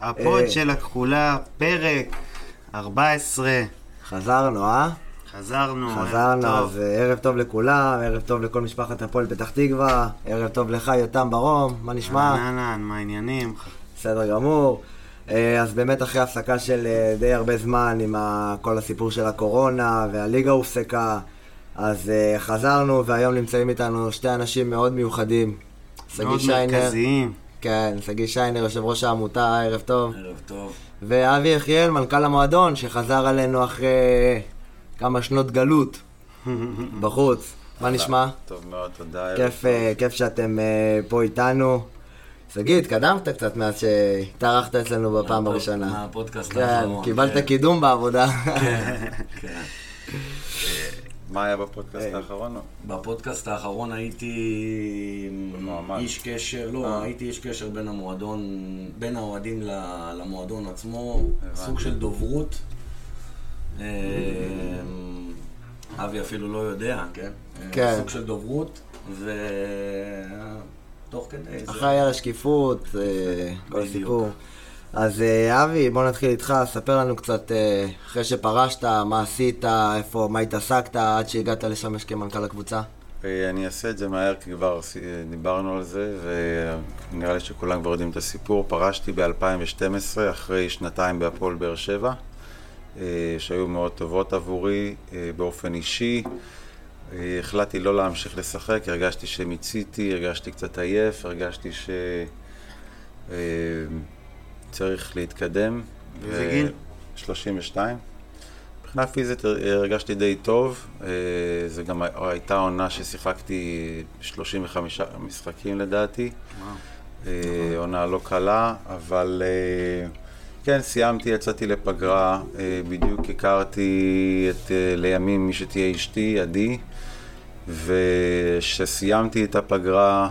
הפוד של הכחולה, פרק 14. חזרנו, חזרנו, אז ערב טוב לכולם, ערב טוב לכל משפחת הפועל פתח תקווה, ערב טוב לך יותם ברום, מה נשמע? מה העניינים? בסדר גמור. אז באמת אחרי הפסקה של די הרבה זמן עם כל הסיפור של הקורונה והליגה הופסקה, אז חזרנו והיום נמצאים איתנו שתי אנשים מאוד מיוחדים. מאוד מרכזיים. כן, סגי שיינר, יושב ראש העמותה, ערב טוב. ערב טוב. ואבי יחיאל, מנכ"ל המועדון, שחזר עלינו אחרי כמה שנות גלות בחוץ. מה נשמע? טוב מאוד, תודה. כיף שאתם פה איתנו. סגי, התקדמת קצת מאז שהתארחת אצלנו בפעם הראשונה. מהפודקאסט האחרון. קיבלת קידום בעבודה. כן. מה היה בפודקאסט האחרון? בפודקאסט האחרון הייתי איש קשר, הייתי איש קשר בין המועדון, בין האוהדים למועדון עצמו, סוג של דוברות. אבי אפילו לא יודע, כן? סוג של דוברות, ותוך כדי זה... אחראי על השקיפות, כל הסיפור. אז אבי, בוא נתחיל איתך, ספר לנו קצת אחרי שפרשת, מה עשית, מה התעסקת עד שהגעת לשמש כמנכ"ל הקבוצה? אני אעשה את זה מהר כי כבר דיברנו על זה ונראה לי שכולם כבר יודעים את הסיפור. פרשתי ב-2012 אחרי שנתיים בהפועל באר שבע, שהיו מאוד טובות עבורי באופן אישי. החלטתי לא להמשיך לשחק, הרגשתי שמיציתי, הרגשתי קצת עייף, הרגשתי צריך להתקדם. איזה גיל? 32. מבחינה פיזית הרגשתי די טוב. זה גם הייתה עונה ששיחקתי 35 משחקים לדעתי. עונה לא קלה, אבל כן, סיימתי, יצאתי לפגרה. בדיוק הכרתי לימים מי שתהיה אשתי, עדי. ושסיימתי את הפגרה,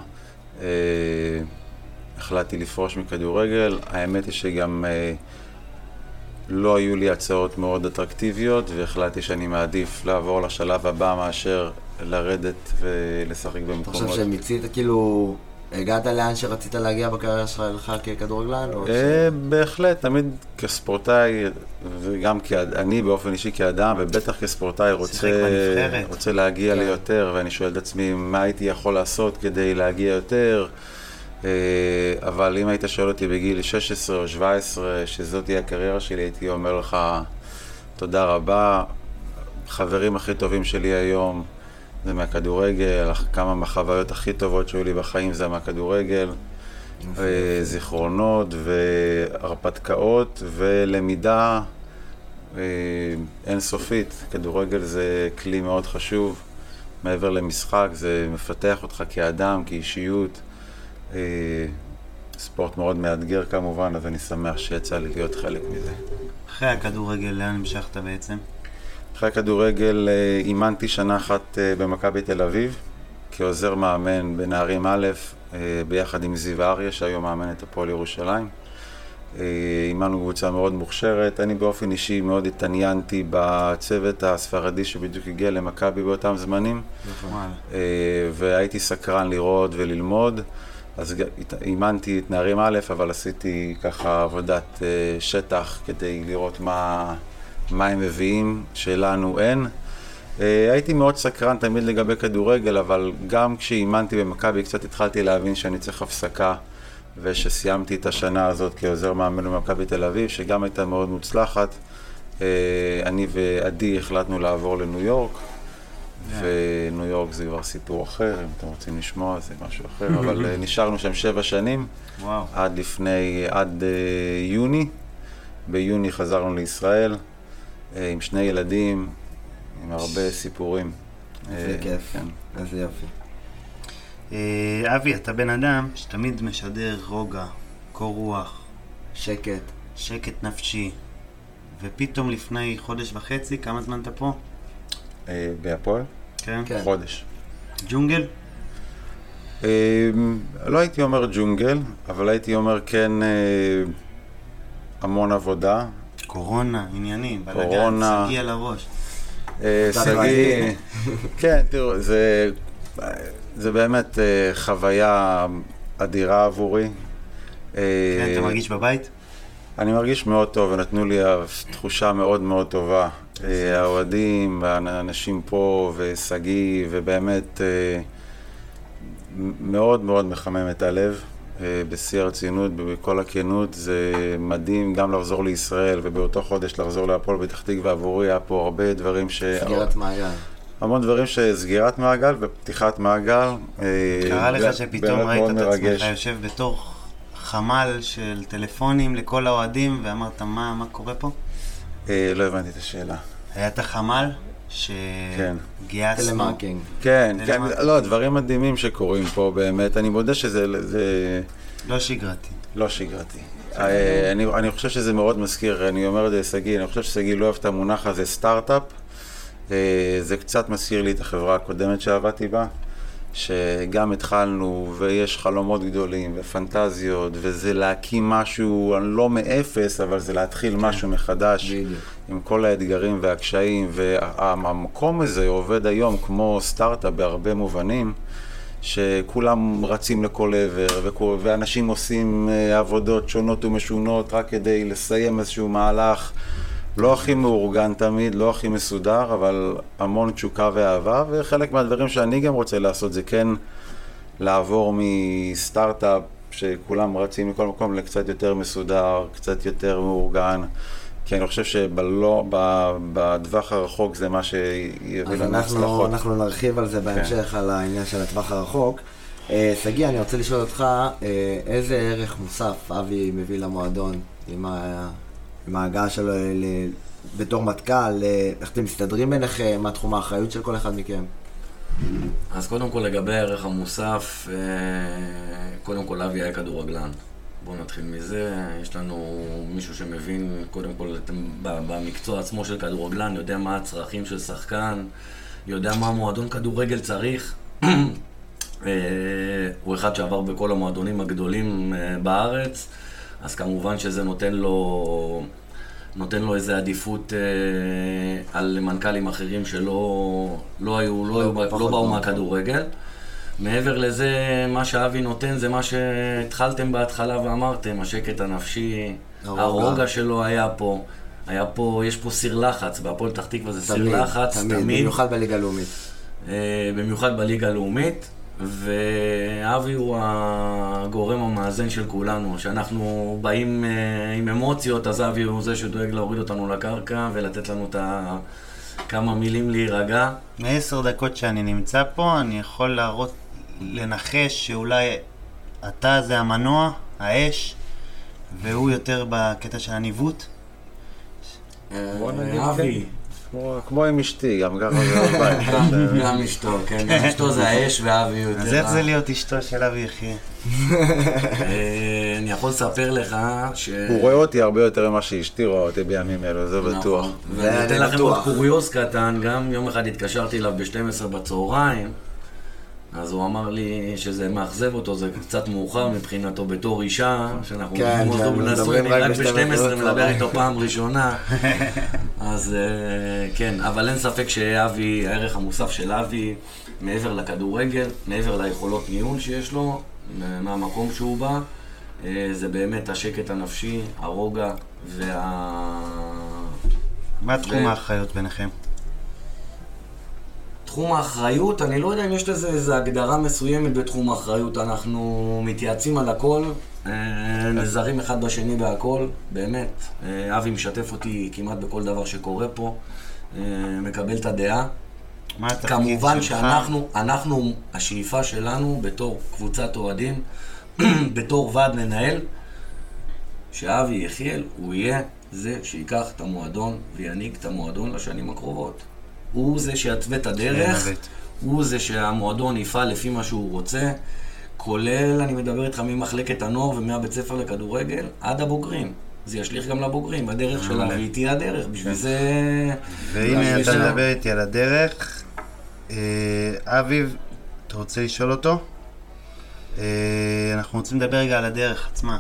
החלטתי לפרוש מכדורגל. האמת היא שגם לא היו לי הצעות מאוד אטרקטיביות, והחלטתי שאני מעדיף לעבור לשלב הבא מאשר לרדת ולשחק במקומות. אתה חושב שמיצית, כאילו, הגעת לאן שרצית להגיע בקריירה שלך ככדורגלן? בהחלט, תמיד כספורטאי, וגם אני באופן אישי כאדם, ובטח כספורטאי רוצה להגיע ליותר, ואני שואל את עצמי מה הייתי יכול לעשות כדי להגיע יותר. אבל אם היית שואל אותי בגיל 16 או 17 שזאת תהיה הקריירה שלי, הייתי אומר לך תודה רבה. חברים הכי טובים שלי היום זה מהכדורגל, כמה מהחוויות הכי טובות שהיו לי בחיים זה מהכדורגל, זיכרונות והרפתקאות ולמידה אינסופית. כדורגל זה כלי מאוד חשוב, מעבר למשחק, זה מפתח אותך כאדם, כאישיות. ספורט מאוד מאתגר כמובן, אז אני שמח שיצא לי להיות חלק מזה. אחרי הכדורגל, לאן המשכת בעצם? אחרי הכדורגל אימנתי שנה אחת במכבי תל אביב, כעוזר מאמן בנערים א', ביחד עם זיו אריה, שהיום מאמן את הפועל ירושלים. אימנו קבוצה מאוד מוכשרת. אני באופן אישי מאוד התעניינתי בצוות הספרדי שבדיוק הגיע למכבי באותם זמנים. והייתי סקרן לראות וללמוד. אז אימנתי את נערים א', אבל עשיתי ככה עבודת שטח כדי לראות מה הם מביאים שלנו אין. הייתי מאוד סקרן תמיד לגבי כדורגל, אבל גם כשאימנתי במכבי קצת התחלתי להבין שאני צריך הפסקה, ושסיימתי את השנה הזאת כעוזר מאמן במכבי תל אביב, שגם הייתה מאוד מוצלחת. אני ועדי החלטנו לעבור לניו יורק, וניו יורק זה כבר סיפור אחר, אם אתם רוצים לשמוע זה משהו אחר, אבל נשארנו שם 7 שנים, עד יוני. ביוני חזרנו לישראל, עם 2 ילדים, עם הרבה סיפורים. זה כיף, איזה יופי. אבי, אתה בן אדם שתמיד משדר רוגע, קור רוח, שקט נפשי, ופתאום לפני חודש וחצי, כמה זמן אתה פה? בהפועל? כן. חודש. ג'ונגל? לא הייתי אומר ג'ונגל, אבל הייתי אומר כן המון עבודה. קורונה, עניינים, בלגן, סגי על הראש. סגי, כן, תראו, זה באמת חוויה אדירה עבורי. כן, אתה מרגיש בבית? אני מרגיש מאוד טוב, ונתנו לי תחושה מאוד מאוד טובה. האוהדים, האנשים פה, וסגי, ובאמת מאוד מאוד מחמם את הלב. בשיא הרצינות, בכל הכנות, זה מדהים גם לחזור לישראל, ובאותו חודש לחזור להפועל פתח תקווה. ועבורי היה פה הרבה דברים סגירת מעגל. המון דברים שסגירת מעגל ופתיחת מעגל. קרה לך שפתאום ראית את עצמך יושב בתוך חמ"ל של טלפונים לכל האוהדים, ואמרת מה קורה פה? לא הבנתי את השאלה. היה את החמ"ל שגייסנו. טלמרקינג. כן, לא, דברים מדהימים שקורים פה באמת. אני מודה שזה לא שגרתי. לא שגרתי. אני חושב שזה מאוד מזכיר, אני אומר את זה לסגי, אני חושב שסגי לא אוהב את המונח הזה סטארט-אפ. זה קצת מזכיר לי את החברה הקודמת שעבדתי בה, שגם התחלנו ויש חלומות גדולים ופנטזיות, וזה להקים משהו לא מאפס, אבל זה להתחיל משהו מחדש עם כל האתגרים והקשיים, והמקום הזה עובד היום כמו סטארט-אפ בהרבה מובנים, שכולם רצים לכל עבר, ואנשים עושים עבודות שונות ומשונות רק כדי לסיים איזשהו מהלך לא הכי מאורגן תמיד, לא הכי מסודר, אבל המון תשוקה ואהבה, וחלק מהדברים שאני גם רוצה לעשות זה כן לעבור מסטארט-אפ שכולם רצים מכל מקום לקצת יותר מסודר, קצת יותר מאורגן, כי אני חושב שבטווח הרחוק זה מה שיביא לנו הצלחות. אנחנו נרחיב על זה בהמשך, על העניין של הטווח הרחוק. סגי, אני רוצה לשאול אותך, איזה ערך מוסף אבי מביא למועדון עם ההגעה שלו בתור מטכ"ל, איך אתם מסתדרים ביניכם, מה תחום האחריות של כל אחד מכם? אז קודם כל לגבי הערך המוסף, קודם כל אבי היה כדורגלן. בואו נתחיל מזה, יש לנו מישהו שמבין קודם כל במקצוע עצמו של כדורגלן, יודע מה הצרכים של שחקן, יודע מה מועדון כדורגל צריך. הוא אחד שעבר בכל המועדונים הגדולים בארץ, אז כמובן שזה נותן לו איזו עדיפות על מנכ"לים אחרים שלא באו מהכדורגל. מעבר לזה, מה שאבי נותן זה מה שהתחלתם בהתחלה ואמרתם, השקט הנפשי, הרוגע שלו היה פה, יש פה סיר לחץ, בהפועל פתח תקווה זה סיר לחץ, תמיד. במיוחד בליגה הלאומית. במיוחד בליגה הלאומית, ואבי הוא הגורם המאזן של כולנו, שאנחנו באים עם אמוציות, אז אבי הוא זה שדואג להוריד אותנו לקרקע ולתת לנו את כמה מילים להירגע. מ10 דקות שאני נמצא פה, אני יכול לנחש שאולי אתה זה המנוע, האש, והוא יותר בקטע של הניווט. אבי. כמו עם אשתי, גם ככה זה בבית. גם אשתו, כן. אשתו זה האש ואבי יותר. אז איך זה להיות אשתו של אבי יחיה? אני יכול לספר לך הוא רואה אותי הרבה יותר ממה שאשתי רואה אותי בימים אלו, זה בטוח. ואני אתן לכם עוד קוריוז קטן, גם יום אחד התקשרתי אליו ב-12 בצהריים, אז הוא אמר לי שזה מאכזב אותו, זה קצת מאוחר מבחינתו בתור אישה, שאנחנו נשואים רק ב-12, מדבר איתו פעם ראשונה. אז כן, אבל אין ספק שאבי, הערך המוסף של אבי, מעבר לכדורגל, מעבר ליכולות ניהול שיש לו, מהמקום שהוא בא, זה באמת השקט הנפשי, הרוגע מה תחום האחריות ביניכם? תחום האחריות, אני לא יודע אם יש לזה איזו הגדרה מסוימת בתחום האחריות, אנחנו מתייעצים על הכל, נזרים אחד בשני בהכל, באמת. אבי משתף אותי כמעט בכל דבר שקורה פה, מקבל את הדעה. כמובן שאנחנו, השאיפה שלנו בתור קבוצת אוהדים, בתור ועד מנהל, שאבי יחיאל הוא יהיה זה שיקח את המועדון ויעניק את המועדון לשנים הקרובות. הוא זה שיתווה את הדרך, הוא זה שהמועדון יפעל לפי מה שהוא רוצה, כולל, אני מדבר איתך ממחלקת הנוער ומהבית ספר לכדורגל עד הבוגרים. זה ישליך גם לבוגרים, הדרך שלה, והיא תהיה הדרך, בשביל זה... והנה אתה מדבר איתי על הדרך. אביב, אתה רוצה לשאול אותו? אנחנו רוצים לדבר רגע על הדרך עצמה.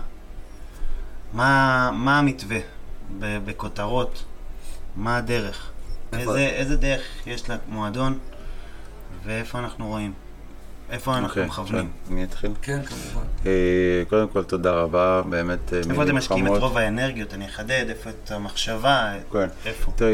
מה המתווה בכותרות? מה הדרך? איזה דרך יש למועדון ואיפה אנחנו רואים? איפה אנחנו מכוונים? אני אתחיל? כן, כמובן. קודם כל, תודה רבה, באמת איפה אתם משקיעים את רוב האנרגיות? אני אחדד, איפה את המחשבה? איפה? תראה,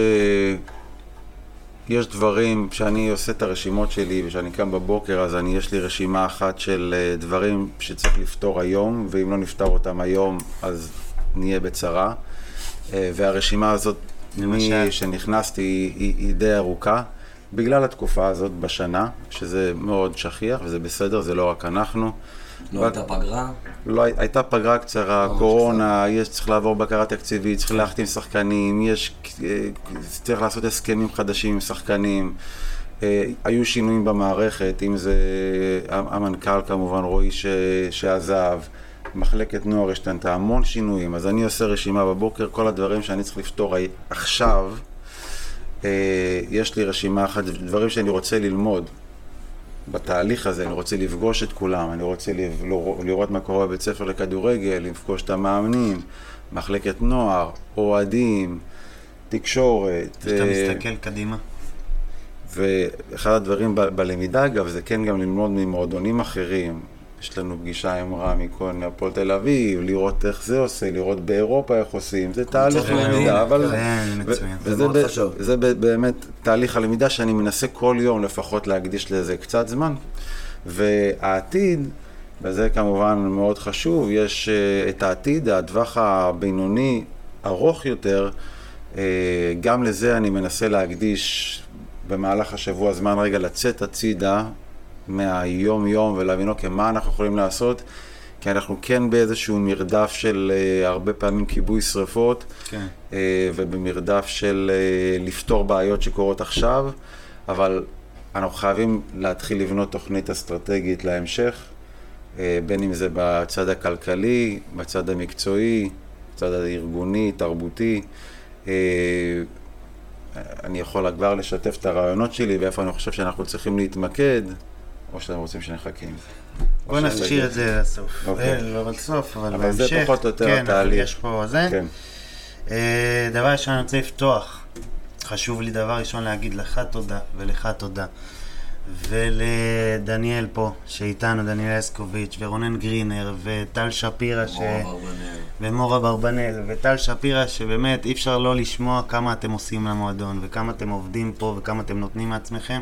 יש דברים שאני עושה את הרשימות שלי, ושאני קם בבוקר, אז יש לי רשימה אחת של דברים שצריך לפתור היום, ואם לא נפתור אותם היום, אז נהיה בצרה. והרשימה הזאת, מי שנכנסתי, היא די ארוכה, בגלל התקופה הזאת בשנה, שזה מאוד שכיח, וזה בסדר, זה לא רק אנחנו. לא הייתה פגרה? לא, הייתה פגרה קצרה, קורונה, צריך לעבור בקרה תקציבית, צריך להחתים שחקנים, צריך לעשות הסכמים חדשים עם שחקנים, היו שינויים במערכת, אם זה המנכ"ל כמובן, רועי שעזב, מחלקת נוער השתנתה, המון שינויים, אז אני עושה רשימה בבוקר, כל הדברים שאני צריך לפתור עכשיו, יש לי רשימה אחת, דברים שאני רוצה ללמוד. בתהליך הזה, אני רוצה לפגוש את כולם, אני רוצה לראות מה קורה בבית ספר לכדורגל, לפגוש את המאמנים, מחלקת נוער, אוהדים, תקשורת. שאתה מסתכל קדימה. ואחד הדברים בלמידה, אגב, זה כן גם ללמוד ממועדונים אחרים. יש לנו פגישה עם רמי כהן הפועל תל אביב, לראות איך זה עושה, לראות באירופה איך עושים, זה תהליך למידה, אבל זה באמת תהליך הלמידה שאני מנסה כל יום לפחות להקדיש לזה קצת זמן. והעתיד, וזה כמובן מאוד חשוב, יש את העתיד, הטווח הבינוני ארוך יותר, גם לזה אני מנסה להקדיש במהלך השבוע זמן רגע לצאת הצידה, מהיום יום ולהבין אוקיי מה אנחנו יכולים לעשות, כי אנחנו כן באיזשהו מרדף של הרבה פעמים כיבוי שריפות, כן. ובמרדף של לפתור בעיות שקורות עכשיו, אבל אנחנו חייבים להתחיל לבנות תוכנית אסטרטגית להמשך, בין אם זה בצד הכלכלי, בצד המקצועי, בצד הארגוני, תרבותי. אני יכול כבר לשתף את הרעיונות שלי ואיפה אני חושב שאנחנו צריכים להתמקד, או שאתם רוצים שנחכה עם זה. בוא נשאיר את זה לסוף. לא בסוף, אבל בהמשך. אבל זה פחות או יותר התהליך. יש פה זה. דבר ראשון, אני רוצה לפתוח. חשוב לי דבר ראשון להגיד לך תודה ולך תודה. ולדניאל פה, שאיתנו, דניאל אסקוביץ', ורונן גרינר, וטל שפירה, ומורה ברבנל, וטל שפירה, שבאמת אי אפשר לא לשמוע כמה אתם עושים למועדון, וכמה אתם עובדים פה, וכמה אתם נותנים מעצמכם.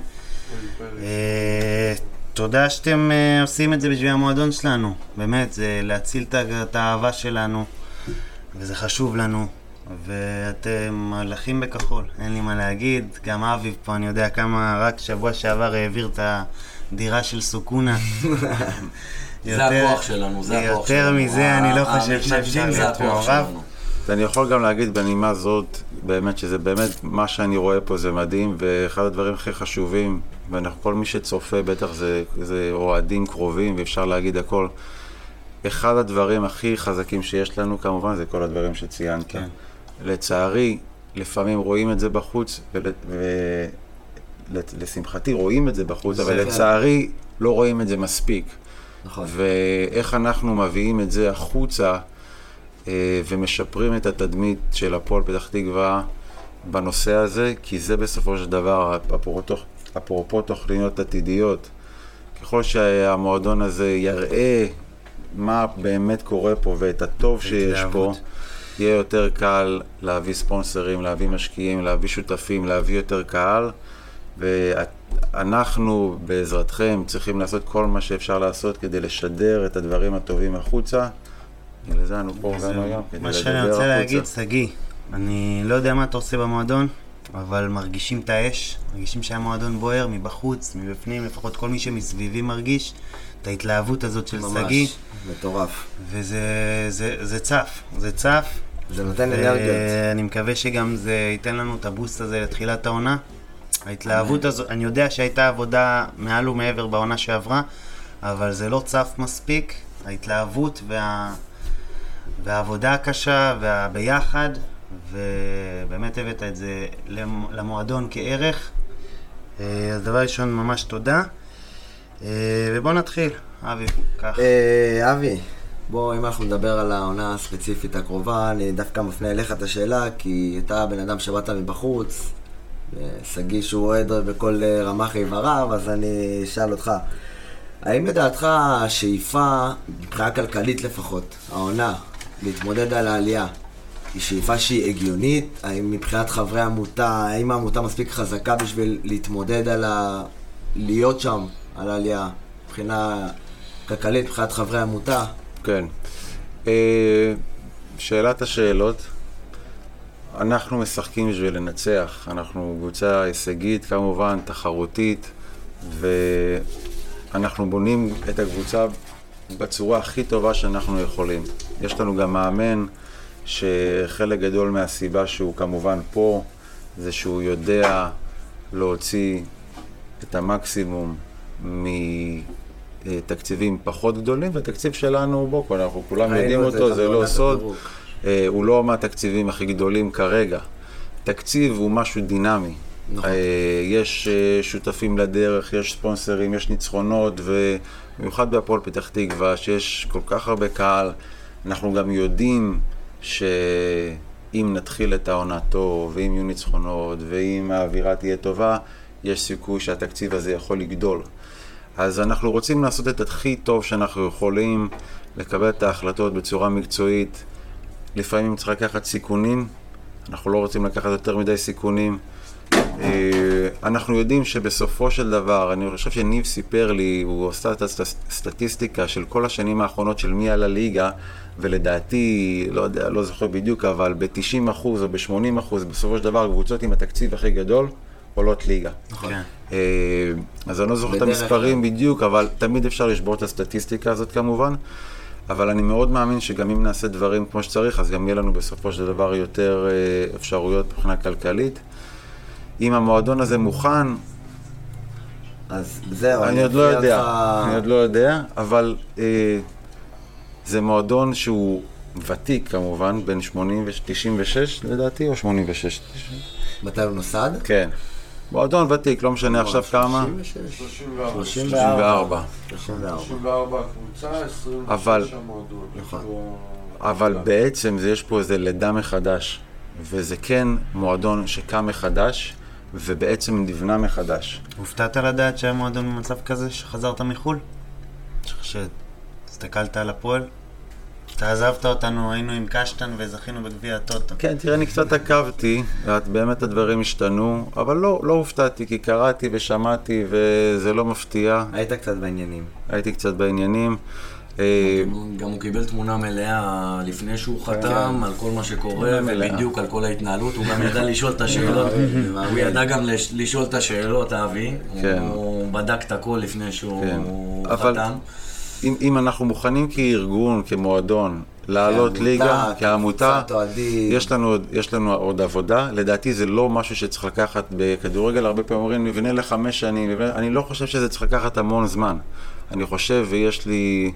תודה שאתם עושים את זה בשביל המועדון שלנו, באמת, זה להציל את האהבה שלנו, וזה חשוב לנו, ואתם מלאכים בכחול, אין לי מה להגיד, גם אביב פה, אני יודע כמה רק שבוע שעבר העביר את הדירה של סוכונה. זה הכוח שלנו, זה הכוח שלנו. יותר מזה אני לא חושב שאפשר להיות מעורב. אני יכול גם להגיד בנימה זאת, באמת שזה באמת מה שאני רואה פה זה מדהים, ואחד הדברים הכי חשובים, וכל מי שצופה בטח זה אוהדים קרובים, ואפשר להגיד הכל. אחד הדברים הכי חזקים שיש לנו כמובן זה כל הדברים שציינת. כן. לצערי, לפעמים רואים את זה בחוץ, ולשמחתי רואים את זה בחוץ, אבל לצערי לא רואים את זה מספיק. נכון. ואיך אנחנו מביאים את זה החוצה, ומשפרים את התדמית של הפועל פתח תקווה בנושא הזה, כי זה בסופו של דבר, אפרופו תוכניות עתידיות, ככל שהמועדון הזה יראה מה באמת קורה פה ואת הטוב שיש פה, יהיה יותר קל להביא ספונסרים, להביא משקיעים, להביא שותפים, להביא יותר קהל, ואנחנו בעזרתכם צריכים לעשות כל מה שאפשר לעשות כדי לשדר את הדברים הטובים החוצה. לזה אנו פה גם היום. מה שאני רוצה להגיד, סגי, אני לא יודע מה אתה עושה במועדון, אבל מרגישים את האש, מרגישים שהמועדון בוער מבחוץ, מבפנים, לפחות כל מי שמסביבי מרגיש את ההתלהבות הזאת של סגי. ממש, מטורף. וזה צף, זה צף. זה נותן אנרגיות. אני מקווה שגם זה ייתן לנו את הבוסט הזה לתחילת העונה. ההתלהבות הזאת, אני יודע שהייתה עבודה מעל ומעבר בעונה שעברה, אבל זה לא צף מספיק, ההתלהבות והעבודה הקשה והביחד, ובאמת הבאת את זה למועדון כערך. אז דבר ראשון, ממש תודה. ובוא נתחיל, אבי, כך. אבי, בוא, אם אנחנו נדבר על העונה הספציפית הקרובה, אני דווקא מפנה אליך את השאלה, כי אתה בן אדם שבאת מבחוץ, סגי שהוא אוהד בכל רמ"ח איבריו, אז אני אשאל אותך. האם לדעתך השאיפה, מבחינה כלכלית לפחות, העונה, להתמודד על העלייה, היא שאיפה שהיא הגיונית? האם מבחינת חברי העמותה, האם העמותה מספיק חזקה בשביל להתמודד להיות שם, על העלייה, מבחינה כלכלית, מבחינת חברי העמותה? כן. שאלת השאלות. אנחנו משחקים בשביל לנצח. אנחנו קבוצה הישגית כמובן, תחרותית, ואנחנו בונים את הקבוצה בצורה הכי טובה שאנחנו יכולים. יש לנו גם מאמן שחלק גדול מהסיבה שהוא כמובן פה, זה שהוא יודע להוציא את המקסימום מתקציבים פחות גדולים, והתקציב שלנו, בוא, אנחנו כולם יודעים אותו, זה לא סוד. הוא לא מהתקציבים הכי גדולים כרגע. תקציב הוא משהו דינמי. נכון. יש שותפים לדרך, יש ספונסרים, יש ניצחונות, ובמיוחד בהפועל פתח תקווה, שיש כל כך הרבה קהל, אנחנו גם יודעים שאם נתחיל את העונה טוב, ואם יהיו ניצחונות, ואם האווירה תהיה טובה, יש סיכוי שהתקציב הזה יכול לגדול. אז אנחנו רוצים לעשות את הכי טוב שאנחנו יכולים, לקבל את ההחלטות בצורה מקצועית. לפעמים צריך לקחת סיכונים, אנחנו לא רוצים לקחת יותר מדי סיכונים. אנחנו יודעים שבסופו של דבר, אני חושב שניב סיפר לי, הוא עושה את הסטטיסטיקה של כל השנים האחרונות של מי על הליגה, ולדעתי, לא יודע, לא זוכר בדיוק, אבל ב-90% או ב-80% בסופו של דבר, קבוצות עם התקציב הכי גדול עולות ליגה. נכון. אז אני לא זוכר את המספרים בדיוק, אבל תמיד אפשר לשבור את הסטטיסטיקה הזאת כמובן. אבל אני מאוד מאמין שגם אם נעשה דברים כמו שצריך, אז גם יהיה לנו בסופו של דבר יותר אפשרויות מבחינה כלכלית. אם המועדון הזה מוכן, אז זהו, אני עוד לא יודע, אבל זה מועדון שהוא ותיק כמובן, בין 96 לדעתי, או 86. מתי הוא נוסד? כן. מועדון ותיק, לא משנה עכשיו כמה. 34. 34 קבוצה, 26 המועדון. אבל בעצם יש פה איזה לידה מחדש, וזה כן מועדון שקם מחדש, ובעצם נבנה מחדש. הופתעת לדעת שהיה מועדון במצב כזה שחזרת מחול? שהסתכלת על הפועל? אתה עזבת אותנו, היינו עם קשטן וזכינו בגביע הטוטו. כן, תראה, אני קצת עקבתי, באמת הדברים השתנו, אבל לא הופתעתי, כי קראתי ושמעתי וזה לא מפתיע. היית קצת בעניינים. הייתי קצת בעניינים. גם הוא קיבל תמונה מלאה לפני שהוא חתם על כל מה שקורה ובדיוק על כל ההתנהלות. הוא גם ידע לשאול את השאלות, הוא ידע גם לשאול את השאלות, אבי. הוא בדק את הכל לפני שהוא חתם. אם אנחנו מוכנים כארגון, כמועדון, לעלות ליגה, כעמותה, יש לנו עוד עבודה. לדעתי זה לא משהו שצריך לקחת בכדורגל. הרבה פעמים אומרים, נבנה ל5 שנים. אני לא חושב שזה צריך לקחת המון זמן. אני חושב, ויש לי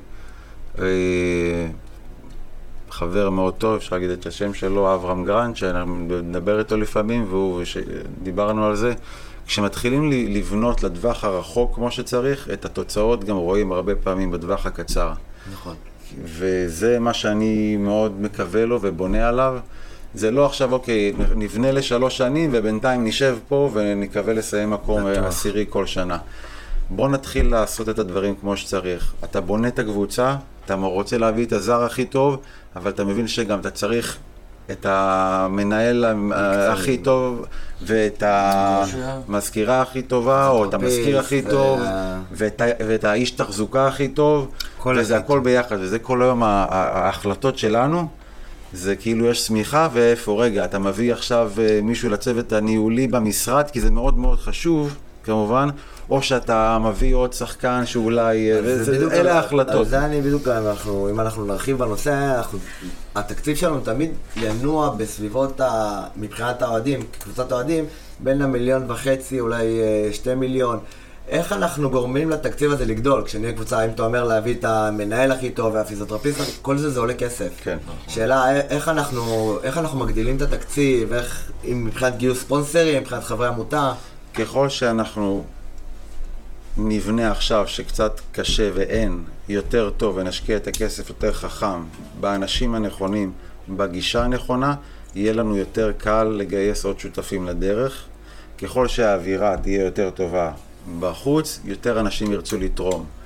חבר מאוד טוב, אפשר להגיד את השם שלו, אברהם גרנט, שנדבר איתו לפעמים, ודיברנו על זה. כשמתחילים לבנות לטווח הרחוק כמו שצריך, את התוצאות גם רואים הרבה פעמים בטווח הקצר. נכון. וזה מה שאני מאוד מקווה לו ובונה עליו. זה לא עכשיו, אוקיי, נבנה ל3 שנים ובינתיים נשב פה ונקווה לסיים מקום 10 כל שנה. בוא נתחיל לעשות את הדברים כמו שצריך. אתה בונה את הקבוצה, אתה רוצה להביא את הזר הכי טוב, אבל אתה מבין שגם אתה צריך את המנהל הכי טוב, ואת המזכירה הכי טובה, או את המזכיר הכי טוב, ואת האיש תחזוקה הכי טוב, וזה הכל ביחד, וזה כל היום ההחלטות שלנו, זה כאילו יש סמיכה, ואיפה רגע, אתה מביא עכשיו מישהו לצוות הניהולי במשרד, כי זה מאוד מאוד חשוב, כמובן, או שאתה מביא עוד שחקן שאולי, אלה ההחלטות. זה אני בדיוק, אם אנחנו נרחיב בנושא, התקציב שלנו תמיד ינוע בסביבות, מבחינת האוהדים, כקבוצת האוהדים, בין 1.5 מיליון, אולי 2 מיליון. איך אנחנו גורמים לתקציב הזה לגדול? כשנהיה קבוצה, אם אתה אומר להביא את המנהל הכי טוב והפיזיותרפיסט, כל זה עולה כסף. כן. שאלה, איך אנחנו מגדילים את התקציב, איך, מבחינת גיוס ספונסרים, מבחינת חברי עמותה? ככל שאנחנו נבנה עכשיו שקצת קשה ואין יותר טוב ונשקיע את הכסף יותר חכם באנשים הנכונים, בגישה הנכונה, יהיה לנו יותר קל לגייס עוד שותפים לדרך. ככל שהאווירה תהיה יותר טובה בחוץ, יותר אנשים ירצו לתרום.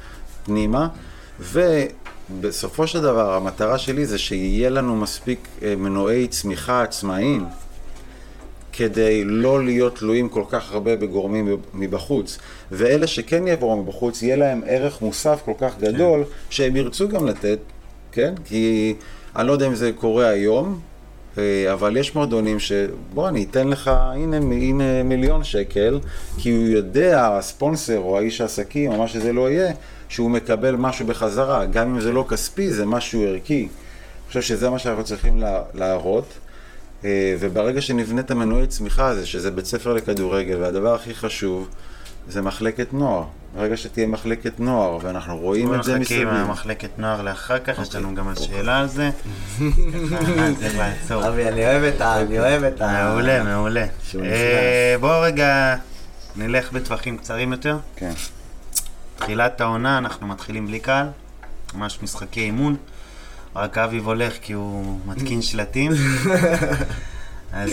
פנימה, ובסופו של דבר המטרה שלי זה שיהיה לנו מספיק מנועי צמיחה עצמאיים, כדי לא להיות תלויים כל כך הרבה בגורמים מבחוץ. ואלה שכן יבואו מבחוץ, יהיה להם ערך מוסף כל כך גדול, שהם ירצו גם לתת, כן? כי אני לא יודע אם זה קורה היום, אבל יש מועדונים בוא, אני אתן לך, הנה מיליון שקל, כי הוא יודע, הספונסר או האיש העסקים, או מה שזה לא יהיה, שהוא מקבל משהו בחזרה. גם אם זה לא כספי, זה משהו ערכי. אני חושב שזה מה שאנחנו צריכים להראות. וברגע שנבנה את המנועי צמיחה הזה, שזה בית ספר לכדורגל, והדבר הכי חשוב, זה מחלקת נוער. ברגע שתהיה מחלקת נוער, ואנחנו רואים את זה מסביב. בוא נחכים מחלקת נוער לאחר כך, יש לנו גם שאלה על זה. צריך לעצור. אבי, אני אוהב את מעולה, מעולה. בואו רגע נלך בטווחים קצרים יותר. כן. תחילת העונה, אנחנו מתחילים בלי קהל, ממש משחקי אימון. רק אביב הולך כי הוא מתקין שלטים. אז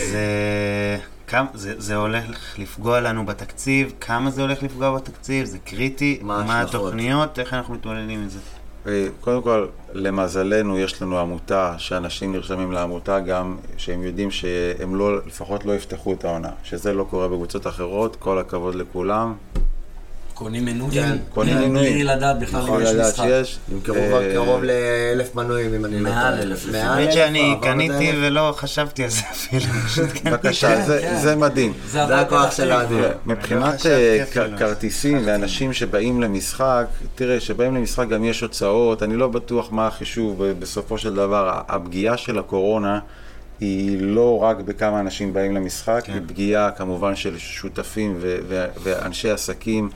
זה הולך לפגוע לנו בתקציב. כמה זה הולך לפגוע בתקציב? זה קריטי. מה התוכניות? איך אנחנו מתמודדים עם זה? קודם כל, למזלנו יש לנו עמותה, שאנשים נרשמים לעמותה גם שהם יודעים שהם לפחות לא יפתחו את העונה. שזה לא קורה בקבוצות אחרות, כל הכבוד לכולם. קונים מנויים, קונים מנויים. בלי לדעת בכלל אם יש משחק. נמכרו קרוב ל1,000 מנויים, אם אני לא טועה. מעל 1,000. האמת שאני קניתי ולא חשבתי על זה אפילו. בבקשה, זה מדהים. זה הכוח של האדיר. מבחינת כרטיסים ואנשים שבאים למשחק, תראה, שבאים למשחק גם יש הוצאות, אני לא בטוח מה החישוב בסופו של דבר. הפגיעה של הקורונה היא לא רק בכמה אנשים באים למשחק, היא פגיעה כמובן של שותפים ואנשי עסקים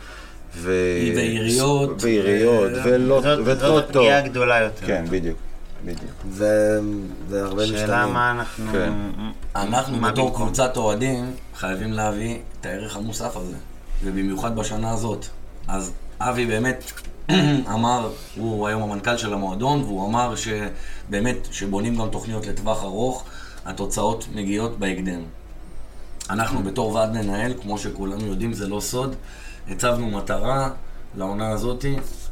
ועיריות, זאת פגיעה גדולה יותר. כן, בדיוק. זה הרבה משתנים. שאלה מה אנחנו... אנחנו בתור קבוצת אוהדים חייבים להביא את הערך המוסף הזה, ובמיוחד בשנה הזאת. אז אבי באמת אמר, הוא היום המנכ"ל של המועדון, והוא אמר שבאמת שבונים גם תוכניות לטווח ארוך, התוצאות מגיעות בהקדם. אנחנו בתור ועד מנהל, כמו שכולנו יודעים, זה לא סוד, הצבנו מטרה לעונה הזאת.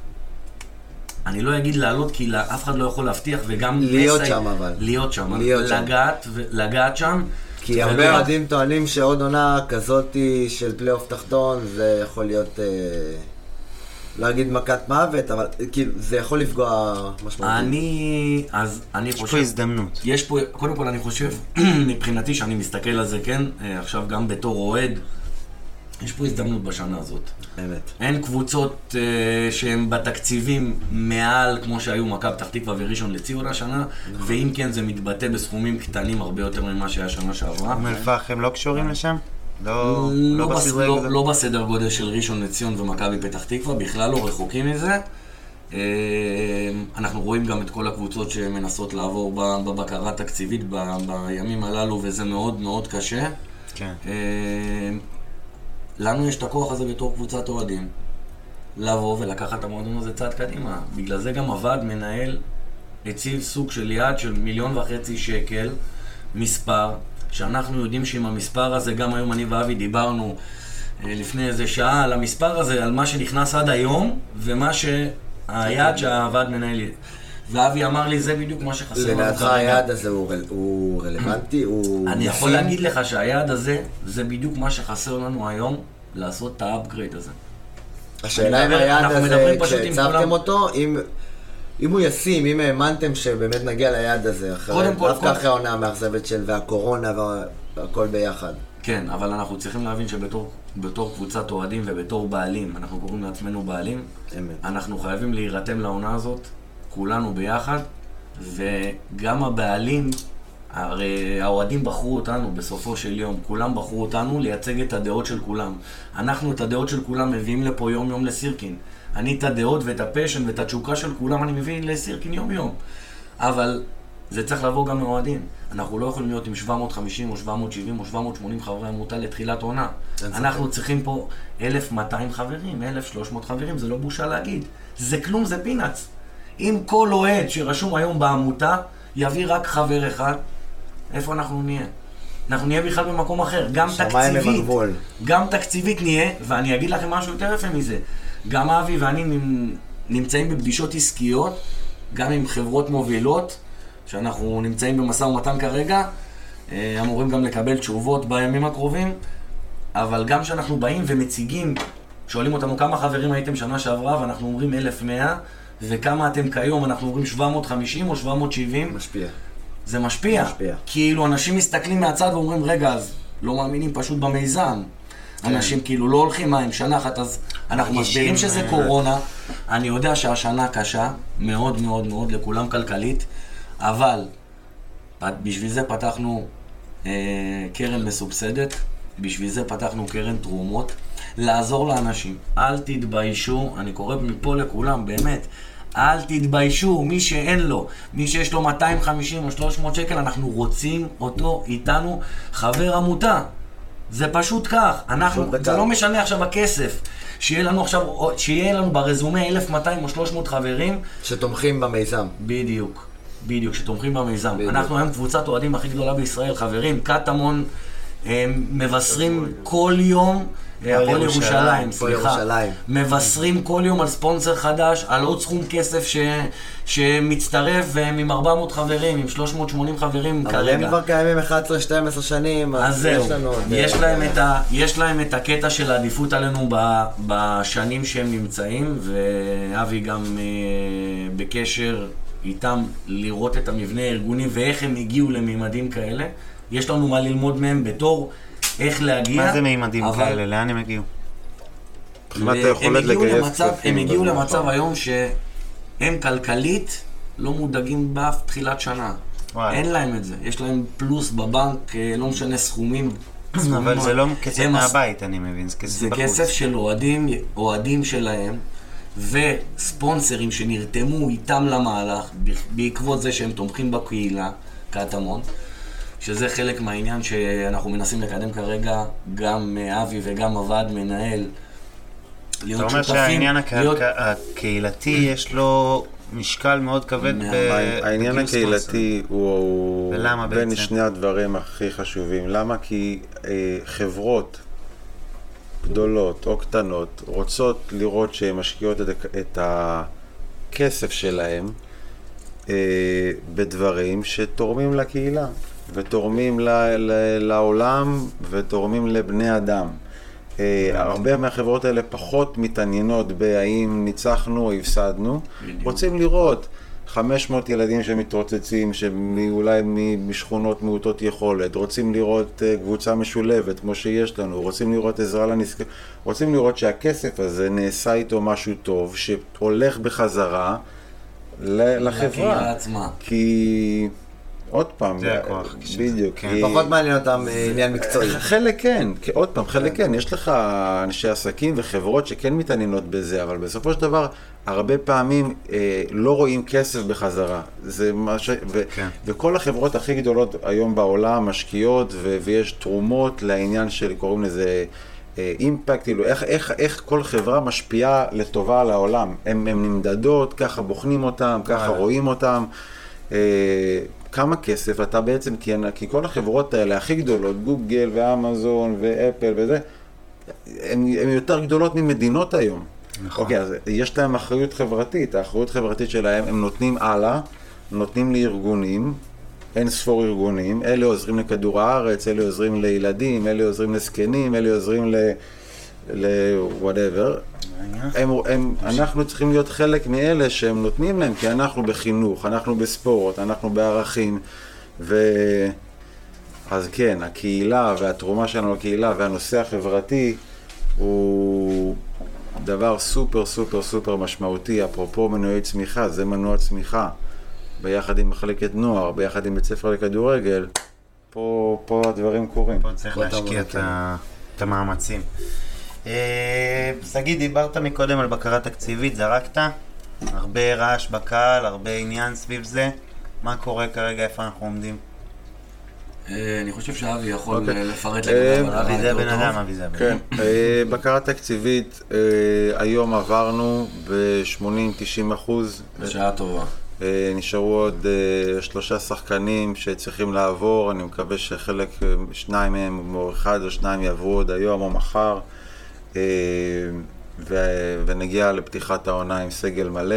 אני לא אגיד לעלות, כי אף אחד לא יכול להבטיח, וגם... להיות שם אבל. להיות שם. לגעת שם. כי הרבה אוהדים טוענים שעוד עונה כזאת של פלייאוף תחתון, זה יכול להיות... לא אגיד מכת מוות, אבל כאילו, זה יכול לפגוע משמעותית. אני חושב... יש פה הזדמנות. יש פה, קודם כל אני חושב, מבחינתי שאני מסתכל על זה, כן, עכשיו גם בתור אוהד, יש פה הזדמנות בשנה הזאת. באמת. אין קבוצות שהן בתקציבים מעל, כמו שהיו מכבי פתח תקווה וראשון לציון השנה, ואם כן זה מתבטא בסכומים קטנים הרבה יותר ממה שהיה שנה שעברה. אום אל-פחם לא קשורים לשם? לא בסדר גודל של ראשון לציון ומכבי פתח תקווה, בכלל לא רחוקים מזה. אנחנו רואים גם את כל הקבוצות שמנסות לעבור בבקרה תקציבית בימים הללו, וזה מאוד מאוד קשה. כן. לנו יש את הכוח הזה בתור קבוצת אוהדים, לבוא ולקחת את המועדון הזה צעד קדימה. בגלל זה גם הוועד מנהל הציב סוג של יעד של 1.5 מיליון שקל, מספר, שאנחנו יודעים שעם המספר הזה, גם היום אני ואבי דיברנו לפני איזה שעה על המספר הזה, על מה שנכנס עד היום, ומה שהיעד שהוועד מנהל. ואבי אמר לי, זה בדיוק מה שחסר לנו כרגע. לדעתך היעד הזה הוא רלוונטי? אני יכול להגיד לך שהיעד הזה, זה בדיוק מה שחסר לנו היום, לעשות את האפגרייד הזה. השאלה אם היעד הזה, כשהצבתם אותו, אם הוא ישים, אם האמנתם שבאמת נגיע ליעד הזה, דווקא אחרי העונה המאכזבת של והקורונה והכל ביחד. כן, אבל אנחנו צריכים להבין שבתור קבוצת אוהדים ובתור בעלים, אנחנו קוראים לעצמנו בעלים, אנחנו חייבים להירתם לעונה הזאת, כולנו ביחד, וגם הבעלים, הרי האוהדים בחרו אותנו בסופו של יום, כולם בחרו אותנו לייצג את הדעות של כולם. אנחנו את הדעות של כולם מביאים לפה יום יום לסירקין. אני את הדעות ואת הפשן ואת התשוקה של כולם אני מביא לסירקין יום יום. אבל זה צריך לבוא גם מאוהדים. אנחנו לא יכולים להיות עם 750 או 770 או 780 חברי עמותה לתחילת עונה. אנחנו צריכים פה 1,200 חברים, 1,300 חברים, זה לא בושה להגיד. זה כלום, זה פינאץ. אם כל אוהד שרשום היום בעמותה יביא רק חבר אחד, איפה אנחנו נהיה? אנחנו נהיה בכלל במקום אחר, גם תקציבית נהיה, ואני אגיד לכם משהו יותר יפה מזה. גם אבי ואני נמצאים בפגישות עסקיות, גם עם חברות מובילות, שאנחנו נמצאים במשא ומתן כרגע, אמורים גם לקבל תשובות בימים הקרובים, אבל גם שאנחנו באים ומציגים, שואלים אותנו כמה חברים הייתם שנה שעברה, ואנחנו אומרים 1,100, וכמה אתם כיום, אנחנו אומרים 750 או 770. משפיע. זה משפיע. כאילו אנשים מסתכלים מהצד ואומרים, רגע, אז לא מאמינים פשוט במיזם. אנשים כאילו לא הולכים מים שנה אחת, אז אנחנו מסבירים שזה קורונה. אני יודע שהשנה קשה, מאוד מאוד מאוד לכולם כלכלית, אבל בשביל זה פתחנו קרן מסובסדת, בשביל זה פתחנו קרן תרומות, לעזור לאנשים. אל תתביישו, אני קורא מפה לכולם, באמת, אל תתביישו, מי שאין לו, מי שיש לו 250 או 300 שקל, אנחנו רוצים אותו איתנו חבר עמותה. זה פשוט כך, זה לא משנה עכשיו הכסף, שיהיה לנו ברזומה 1,200 או 300 חברים שתומכים במיזם. בדיוק, שתומכים במיזם. אנחנו היום קבוצת אוהדים הכי גדולה בישראל, חברים, קטמון, מבשרים כל יום, הפועל ירושלים, מבשרים כל יום על ספונסר חדש, על עוד סכום כסף שמצטרף עם 400 חברים, עם 380 חברים כרגע. אבל הם כבר קיימים 11-12 שנים, אז זהו, יש להם את הקטע של העדיפות עלינו בשנים שהם נמצאים, ואבי גם בקשר איתם לראות את המבנה הארגוני ואיך הם הגיעו לממדים כאלה. יש לנו מה ללמוד מהם בתור איך להגיע. מה זה מימדים כאלה? לאן הם הגיעו? הם הגיעו למצב היום שהם כלכלית לא מודאגים באף תחילת שנה. אין להם את זה. יש להם פלוס בבנק, לא משנה סכומים. אבל זה לא כסף מהבית, אני מבין. זה כסף של אוהדים שלהם וספונסרים שנרתמו איתם למהלך בעקבות זה שהם תומכים בקהילה, קטמון. שזה חלק מהעניין שאנחנו מנסים לקדם כרגע, גם אבי וגם הוועד מנהל, להיות שותפים. זאת אומרת שהעניין הקהילתי יש לו משקל מאוד כבד העניין הקהילתי הוא בין שני הדברים הכי חשובים. למה? כי חברות גדולות או קטנות רוצות לראות שהן משקיעות את הכסף שלהם בדברים שתורמים לקהילה. ותורמים לעולם ותורמים לבני אדם. הרבה מהחברות האלה פחות מתעניינות בהאם ניצחנו או הפסדנו. רוצים לראות 500 ילדים שמתרוצצים, שאולי משכונות מעוטות יכולת. רוצים לראות קבוצה משולבת כמו שיש לנו. רוצים לראות עזרה לנזקקים. רוצים לראות שהכסף הזה נעשה איתו משהו טוב, שהולך בחזרה לחברה. לקהילה עצמה. כי עוד פעם, זה הכוח. בדיוק. פחות מעניין אותם עניין מקצועי. חלק כן, עוד פעם, חלק כן. יש לך אנשי עסקים וחברות שכן מתעניינות בזה, אבל בסופו של דבר, הרבה פעמים לא רואים כסף בחזרה. וכל החברות הכי גדולות היום בעולם משקיעות, ויש תרומות לעניין של, קוראים לזה אימפקט, כאילו איך כל חברה משפיעה לטובה על העולם. הן נמדדות, ככה בוחנים אותם, ככה רואים אותם. כמה כסף אתה בעצם, כי כל החברות האלה הכי גדולות, גוגל ואמזון ואפל וזה, הן יותר גדולות ממדינות היום. נכון. אוקיי, אז יש להם אחריות חברתית. האחריות חברתית שלהם, הם נותנים הלאה, נותנים לארגונים, אין ספור ארגונים, אלה עוזרים לכדור הארץ, אלה עוזרים לילדים, אלה עוזרים לזקנים, אלה עוזרים whatever. אנחנו צריכים להיות חלק מאלה שהם נותנים להם, כי אנחנו בחינוך, אנחנו בספורט, אנחנו בערכים, אז כן, הקהילה והתרומה שלנו לקהילה והנושא החברתי הוא דבר סופר סופר סופר משמעותי. אפרופו מנועי צמיחה, זה מנוע צמיחה, ביחד עם מחלקת נוער, ביחד עם בית ספר לכדורגל, פה הדברים קורים. פה צריך להשקיע את המאמצים. שגיא, דיברת מקודם על בקרה תקציבית, זרקת? הרבה רעש בקהל, הרבה עניין סביב זה. מה קורה כרגע, איפה אנחנו עומדים? אני חושב שאבי יכול לפרט לגבי אבי זה בן אדם, אבי זה בן אדם. כן, בקרה תקציבית, היום עברנו ב-80-90%. בשעה טובה. נשארו עוד 3 שחקנים שצריכים לעבור, אני מקווה שחלק, 2 מהם, או 1 או 2 יעברו עוד היום או מחר. ונגיע לפתיחת העונה עם סגל מלא.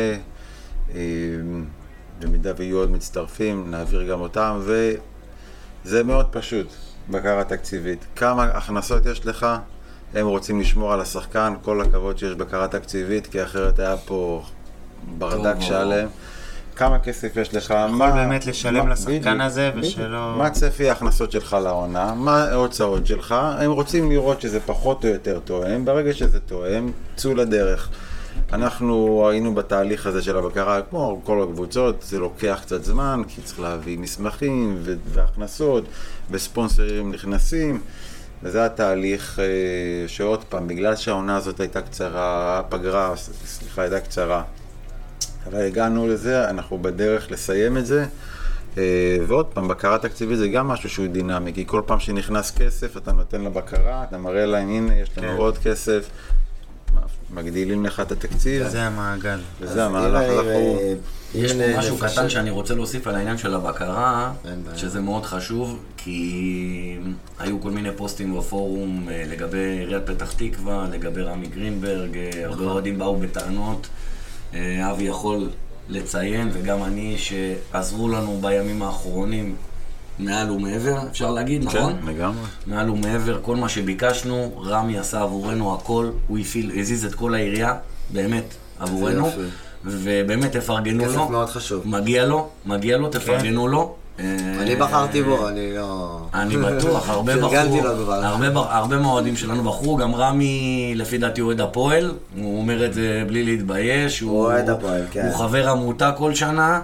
במידה ויהיו עוד מצטרפים, נעביר גם אותם, וזה מאוד פשוט, בקרה תקציבית. כמה הכנסות יש לך? הם רוצים לשמור על השחקן, כל הכבוד שיש בקרה תקציבית, כי אחרת היה פה ברדק שלם. כמה כסף יש לך? יכול באמת לשלם לשחקן הזה ושלא... מה צפי ההכנסות שלך לעונה? מה ההוצאות שלך? הם רוצים לראות שזה פחות או יותר תואם. ברגע שזה תואם, צאו לדרך. אנחנו היינו בתהליך הזה של הבקרה, כמו כל הקבוצות, זה לוקח קצת זמן, כי צריך להביא מסמכים והכנסות, וספונסרים נכנסים, וזה התהליך שעוד פעם, בגלל שהעונה הזאת הייתה קצרה, הפגרה, סליחה, הייתה קצרה, אבל הגענו לזה, אנחנו בדרך לסיים את זה, ועוד פעם, בקרה תקציבית זה גם משהו שהוא דינמי, כי כל פעם שנכנס כסף, אתה נותן לבקרה, אתה מראה להם, הנה, יש לנו עוד כסף, מגדילים לך את התקציב. זה המעגל. וזה המהלך. יש פה משהו קטן שאני רוצה להוסיף על העניין של הבקרה, שזה מאוד חשוב, כי היו כל מיני פוסטים בפורום לגבי עיריית פתח תקווה, לגבי רמי גרינברג, הרבה אוהדים באו בטענות. אבי יכול לציין, וגם אני, שעזרו לנו בימים האחרונים מעל ומעבר, אפשר להגיד, נכון? כן, לגמרי. מעל ומעבר, כל מה שביקשנו, רמי עשה עבורנו הכל, הוא הזיז את כל העירייה, באמת, עבורנו, ובאמת תפרגנו לו. כסף מאוד חשוב. מגיע לו, תפרגנו לו. אני בחרתי בו, אני לא... אני בטוח, הרבה מהאוהדים שלנו בחרו, גם רמי, לפי דעתי, הוא אוהד הפועל, הוא אומר את זה בלי להתבייש, הוא אוהד הפועל, כן. הוא חבר עמותה כל שנה,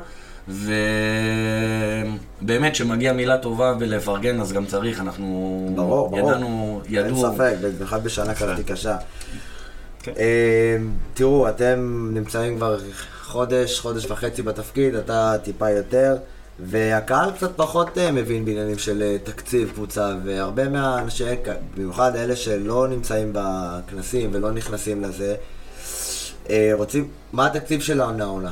ובאמת שמגיע מילה טובה ולפרגן, אז גם צריך, אנחנו ידענו, אין ספק, במיוחד בשנה כזאת קשה. תראו, אתם נמצאים כבר חודש וחצי בתפקיד, אתה טיפה יותר, והקהל קצת פחות מבין בעניינים של תקציב קבוצה, והרבה מהאנשים, במיוחד אלה שלא נמצאים בכנסים ולא נכנסים לזה, רוצים, מה התקציב של העונה?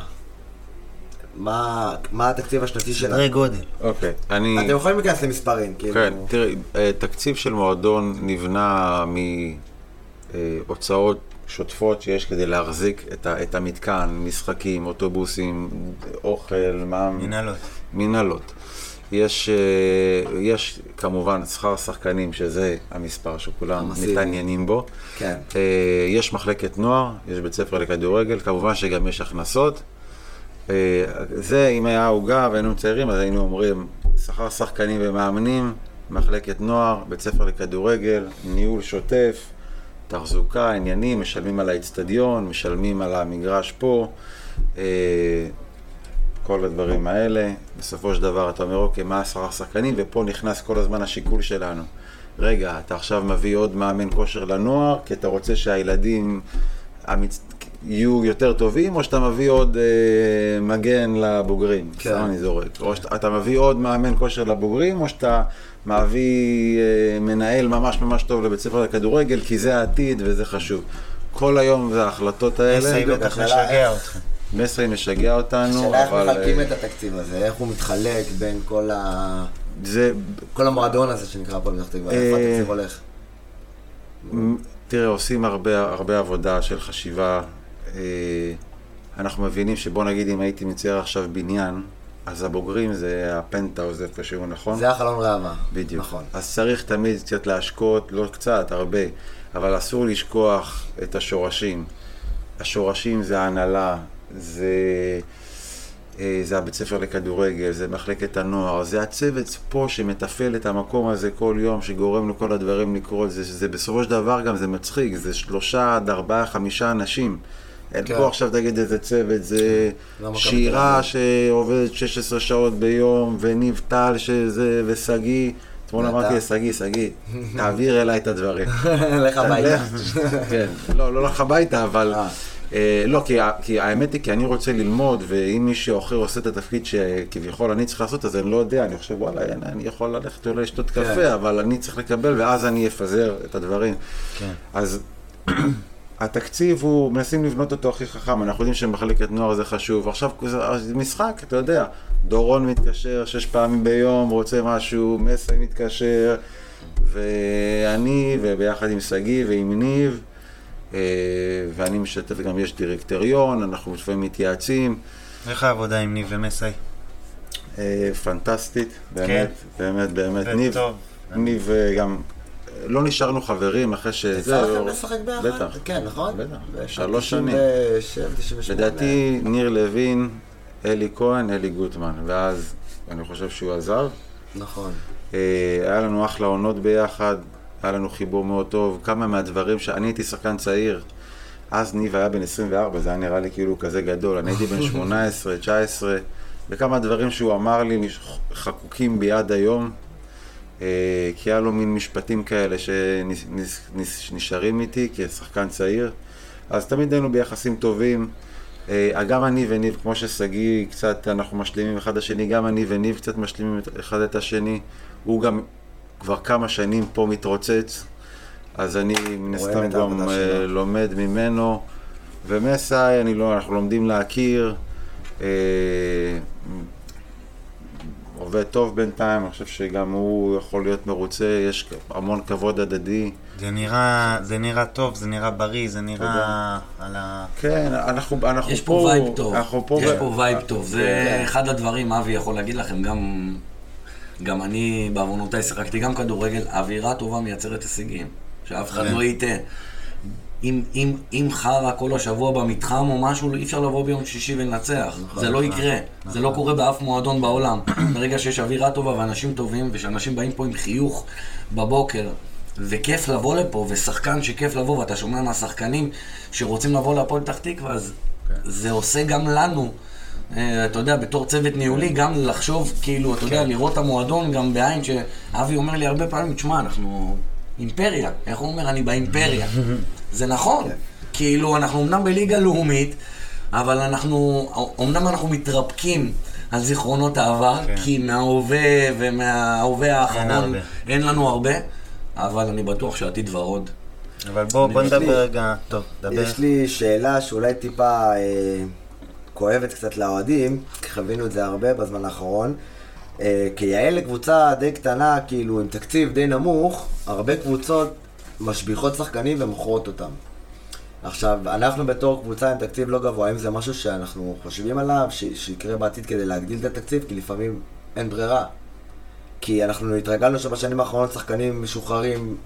מה התקציב השנתי שלה? סדרי גודל. אוקיי, אתם יכולים להיכנס למספרים, כאילו. כן, תראי, תקציב של מועדון נבנה מהוצאות שוטפות שיש כדי להחזיק את המתקן, משחקים, אוטובוסים, אוכל, מנהלות. יש כמובן שכר שחקנים, שזה המספר שכולם מתעניינים בו. כן. יש מחלקת נוער, יש בית ספר לכדורגל, כמובן שגם יש הכנסות. זה, אם היה עוגה והיינו צעירים, אז היינו אומרים, שכר שחקנים ומאמנים, מחלקת נוער, בית ספר לכדורגל, ניהול שוטף, תחזוקה, עניינים, משלמים על האצטדיון, משלמים על המגרש פה, כל הדברים האלה. בסופו של דבר אתה אומר, אוקיי, מה שכר שחקנים? ופה נכנס כל הזמן השיקול שלנו. רגע, אתה עכשיו מביא עוד מאמן כושר לנוער, כי אתה רוצה שהילדים יהיו יותר טובים, או שאתה מביא עוד מגן לבוגרים, סתם אני זורק. או שאתה מביא עוד מאמן כושר לבוגרים, או שאתה מביא מנהל ממש טוב לבית ספר לכדורגל, כי זה העתיד וזה חשוב. כל היום זה ההחלטות האלה. מסי בטח משגע אותך. מסי משגע אותנו, השאלה איך מחלקים את התקציב הזה, איך הוא מתחלק בין כל המועדון הזה שנקרא פה פתח תקווה, איפה התקציב הולך? תראה, עושים הרבה עבודה של חשיבה. אנחנו מבינים שבוא נגיד אם הייתי מצייר עכשיו בניין, אז הבוגרים זה הפנטהאוז איפשהו, נכון? זה החלון ראווה. בדיוק. נכון. אז צריך תמיד קצת להשקות, לא קצת, הרבה, אבל אסור לשכוח את השורשים. השורשים זה ההנהלה, זה הבית ספר לכדורגל, זה מחלקת הנוער, זה הצוות פה שמטפל את המקום הזה כל יום, שגורם לכל הדברים לקרות, זה בסופו של דבר גם זה מצחיק, זה 3 עד 4, 5 אנשים. אין פה עכשיו תגיד איזה צוות, זה שירה שעובדת 16 שעות ביום, וניב טל שזה, וסגי, אתמול אמרתי לסגי, תעביר אליי את הדברים. לך הביתה. כן, לא לך הביתה, אבל... לא, כי האמת היא, כי אני רוצה ללמוד, ואם מישהו אחר עושה את התפקיד שכביכול אני צריך לעשות, אז אני לא יודע, אני חושב, וואלה, אני יכול ללכת אולי לשתות קפה, אבל אני צריך לקבל, ואז אני אפזר את הדברים. אז התקציב הוא, מנסים לבנות אותו הכי חכם, אנחנו יודעים שמחלקת נוער זה חשוב, עכשיו זה משחק, אתה יודע, דורון מתקשר 6 פעמים ביום, רוצה משהו, מסי מתקשר, ואני, וביחד עם סגי ועם ניב, ואני משתתף, גם יש דירקטוריון, אנחנו לפעמים מתייעצים. איך העבודה עם ניב ומסאי? פנטסטית, באמת, באמת, באמת. ניב גם, לא נשארנו חברים אחרי שזה... יצאתם לשחק ביחד? בטח. כן, נכון? בטח, 3 שנים. לדעתי, ניר לוין, אלי כהן, אלי גוטמן, ואז אני חושב שהוא עזב. נכון. היה לנו אחלה עונות ביחד, היה לנו חיבור מאוד טוב. כמה מהדברים שאני הייתי שחקן צעיר, אז ניב היה בן 24, זה היה נראה לי כאילו כזה גדול. אני הייתי בן 18, 19, וכמה דברים שהוא אמר לי חקוקים ביד היום, כי היה לו מין משפטים כאלה שנשארים איתי כשחקן צעיר. אז תמיד היינו ביחסים טובים. גם אני וניב, כמו שסגי, קצת אנחנו משלימים אחד השני, גם אני וניב קצת משלימים אחד את השני. הוא גם כבר כמה שנים פה מתרוצץ, אז אני נסתם גם לומד ממנו. ומסאי, אנחנו לומדים להכיר, עובד טוב בינתיים, אני חושב שגם הוא יכול להיות מרוצה, יש המון כבוד הדדי. זה נראה טוב, זה נראה בריא, זה נראה על ה... כן, אנחנו פה... יש פה וייב טוב, יש פה וייב טוב, זה אחד הדברים, אבי יכול להגיד לכם, גם אני בעוונותיי שיחקתי גם כדורגל, האווירה טובה מייצרת הישגים, שאף אחד לא ייתה. אם חרה כל השבוע במתחם או משהו, אי אפשר לבוא ביום שישי ולנצח. זה לא יקרה. זה לא קורה באף מועדון בעולם. ברגע שיש אווירה טובה ואנשים טובים, ושאנשים באים פה עם חיוך בבוקר, וכיף לבוא לפה, ושחקן שכיף לבוא, ואתה שומע מהשחקנים שרוצים לבוא להפועל פתח תקווה, אז זה עושה גם לנו, אתה יודע, בתור צוות ניהולי, גם לחשוב, כאילו, אתה יודע, לראות את המועדון גם בעין, שאבי אומר לי הרבה פעמים, תשמע, אנחנו אימפריה. איך הוא אומר? אני באימפריה. זה נכון. כאילו, אנחנו אמנם בליגה לאומית, אבל אמנם אנחנו מתרפקים על זיכרונות העבר, כי מההווה ומההווה האחרון אין לנו הרבה, אבל אני בטוח שעתיד ורוד. אבל בוא נדבר רגע, טוב, דבר. יש לי שאלה שאולי טיפה כואבת קצת לאוהדים, כי חווינו את זה הרבה בזמן האחרון. כיעל לקבוצה די קטנה, כאילו עם תקציב די נמוך, הרבה קבוצות משביחות שחקנים ומוכרות אותם. עכשיו, אנחנו בתור קבוצה עם תקציב לא גבוה, האם זה משהו שאנחנו חושבים עליו, שיקרה בעתיד כדי להגדיל את התקציב? כי לפעמים אין ברירה. כי אנחנו התרגלנו שבשנים האחרונות שחקנים משוחררים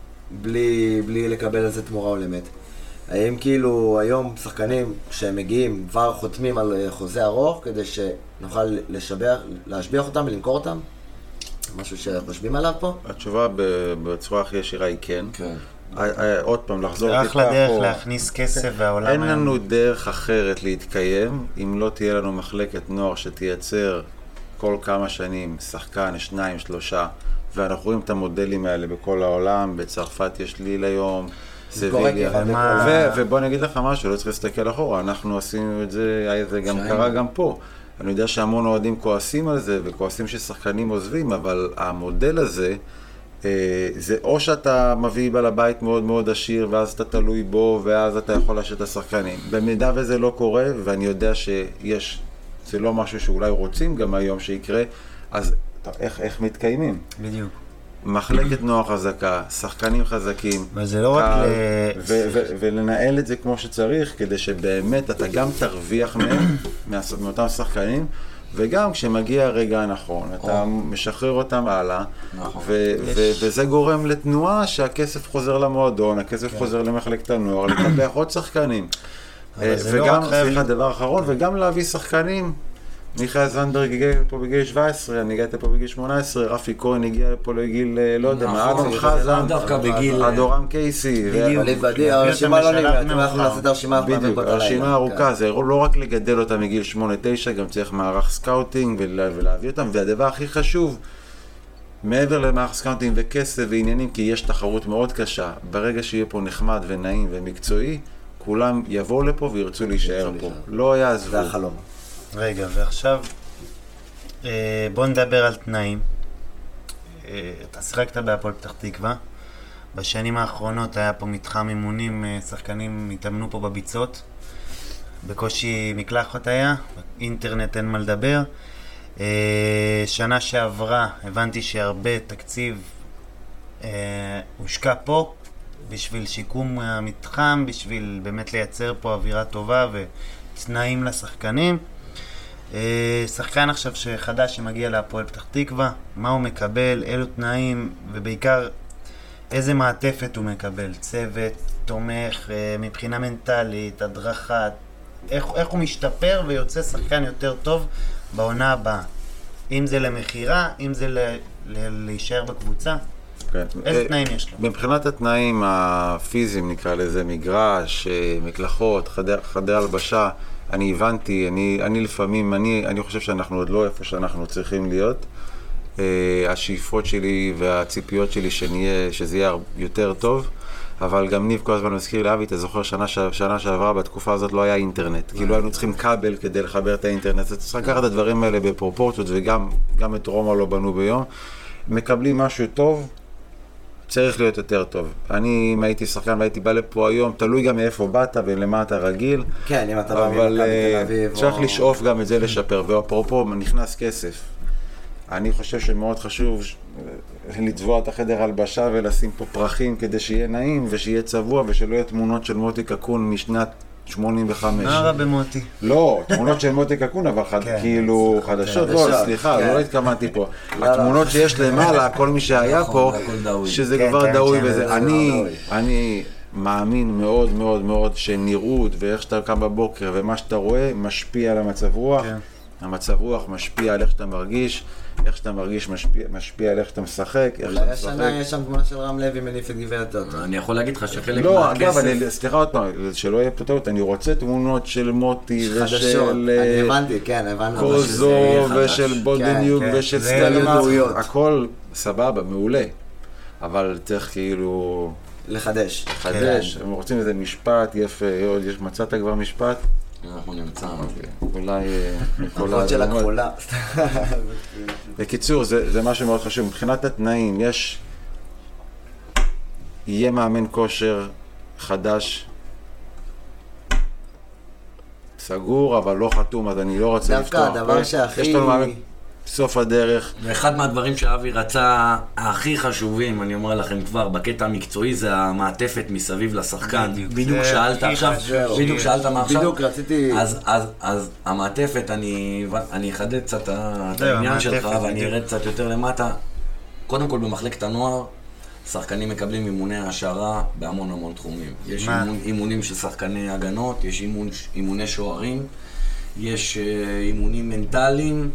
בלי לקבל על זה תמורה הולמת. האם כאילו היום שחקנים שהם מגיעים כבר חותמים על חוזה ארוך כדי שנוכל להשביח אותם ולמכור אותם? משהו שחושבים עליו פה? התשובה בצורה הכי ישירה היא כן. עוד פעם, לחזור טיפה אחלה דרך להכניס כסף והעולם אין לנו דרך אחרת להתקיים אם לא תהיה לנו מחלקת נוער שתייצר כל כמה שנים שחקן, 2, 3, ואנחנו רואים את המודלים האלה בכל העולם. בצרפת יש ליל היום, סביליה, ובוא נגיד לך משהו, לא צריך להסתכל אחורה, אנחנו עשינו את זה, זה גם קרה גם פה. אני יודע שהמון אוהדים כועסים על זה, וכועסים ששחקנים עוזבים, אבל המודל הזה, זה או שאתה מביא בעל הבית מאוד מאוד עשיר, ואז אתה תלוי בו, ואז אתה יכול להשאיר את השחקנים. במידה וזה לא קורה, ואני יודע שיש, זה לא משהו שאולי רוצים גם היום שיקרה, אז איך מתקיימים? בדיוק. מחלקת נוער חזקה, שחקנים חזקים, וזה לא רק ולנהל את זה כמו שצריך, כדי שבאמת אתה גם תרוויח מאותם שחקנים, וגם כשמגיע הרגע הנכון, אתה משחרר אותם הלאה, וזה גורם לתנועה שהכסף חוזר למועדון, הכסף חוזר למחלקת הנוער, לקפח עוד שחקנים. וגם, סליחה, דבר אחרון, וגם להביא שחקנים. מיכאל זנדברג הגיע פה בגיל 17, אני הגעתי פה בגיל 18, רפי כהן הגיע פה לגיל, לא יודע, אדם חזן, אדורם קייסי. הרשימה לא נגמרת, אנחנו נעשה את הרשימה. בדיוק, הרשימה ארוכה, זה לא רק לגדל אותם מגיל 8-9, גם צריך מערך סקאוטינג ולהביא אותם, והדבר הכי חשוב, מעבר למערך סקאוטינג וכסף ועניינים, כי יש תחרות מאוד קשה, ברגע שיהיה פה נחמד ונעים ומקצועי, כולם יבואו לפה וירצו להישאר פה, לא יעזבו. זה החלום. רגע, ועכשיו בוא נדבר על תנאים. אתה שיחקת בהפועל פתח תקווה. בשנים האחרונות היה פה מתחם אימונים, שחקנים התאמנו פה בביצות. בקושי מקלחת היה, אינטרנט אין מה לדבר. שנה שעברה הבנתי שהרבה תקציב הושקע פה, בשביל שיקום המתחם, בשביל באמת לייצר פה אווירה טובה ותנאים לשחקנים. שחקן עכשיו חדש שמגיע להפועל פתח תקווה, מה הוא מקבל, אילו תנאים, ובעיקר איזה מעטפת הוא מקבל, צוות, תומך, מבחינה מנטלית, הדרכה, איך הוא משתפר ויוצא שחקן יותר טוב בעונה הבאה. אם זה למחירה, אם זה להישאר בקבוצה, כן. איזה תנאים יש לו? מבחינת התנאים הפיזיים, נקרא לזה, מגרש, מקלחות, חדר הלבשה, אני הבנתי, אני לפעמים, אני חושב שאנחנו עוד לא איפה שאנחנו צריכים להיות. השאיפות שלי והציפיות שלי שזה יהיה יותר טוב, אבל גם ניב כל הזמן מזכיר לאבי, אתה זוכר שנה שעברה בתקופה הזאת לא היה אינטרנט, כאילו היינו צריכים כבל כדי לחבר את האינטרנט, אז צריך לקחת את הדברים האלה בפרופורציות, וגם את רומא לא בנו ביום. מקבלים משהו טוב, צריך להיות יותר טוב. אני, אם הייתי שחקן והייתי בא לפה היום, תלוי גם מאיפה באת ולמה אתה רגיל. כן, אם אתה בא ממכבי תל אביב. צריך לשאוף גם את זה לשפר, ואפרופו, נכנס כסף. אני חושב שמאוד חשוב לצבוע את החדר הלבשה ולשים פה פרחים כדי שיהיה נעים ושיהיה צבוע ושלא יהיה תמונות של מוטי קקון משנת 85. מה רע במוטי? לא, תמונות של מוטי קקון, אבל כאילו חדשות, לא, סליחה, לא התכוונתי פה. התמונות שיש למעלה, כל מי שהיה פה, שזה כבר דאוי וזה. אני מאמין מאוד מאוד מאוד שנראות ואיך שאתה קם בבוקר ומה שאתה רואה משפיע על המצב רוח. המצב רוח משפיע על איך שאתה מרגיש, איך שאתה מרגיש משפיע על איך שאתה משחק, איך שאתה משחק. השנה יש שם תמונה של רם לוי מניף את גבעת אותו. אני יכול להגיד לך שחלק לא, מהכסף... אגב, סליחה עוד פעם, שלא יהיה פה טעות, אני רוצה תמונות של מוטי ושל... אני הבנתי, כן, הבנו. קוזו ושל בולדניוק ושל סטלמאר, הכל סבבה, מעולה. אבל צריך כאילו... לחדש. הם רוצים איזה משפט יפה, מצאת כבר משפט? אנחנו נמצא. אולי... הכל של הכחולה. בקיצור, זה משהו מאוד חשוב. מבחינת התנאים, יהיה מאמן כושר חדש, סגור, אבל לא חתום, אז אני לא רוצה לפתוח. דווקא הדבר שהכי... יש לנו מאמן סוף הדרך. ואחד מהדברים שאבי רצה הכי חשובים, אני אומר לכם כבר, בקטע המקצועי, זה המעטפת מסביב לשחקן. בדיוק שאלת עכשיו, בדיוק שאלת מה עכשיו. בדיוק רציתי... אז המעטפת, אני אחדד קצת את העניין שלך, ואני ארד קצת יותר למטה. קודם כל במחלקת הנוער, שחקנים מקבלים אימוני העשרה בהמון המון תחומים. יש אימונים של שחקני הגנות, יש אימוני שוערים, יש אימונים מנטליים,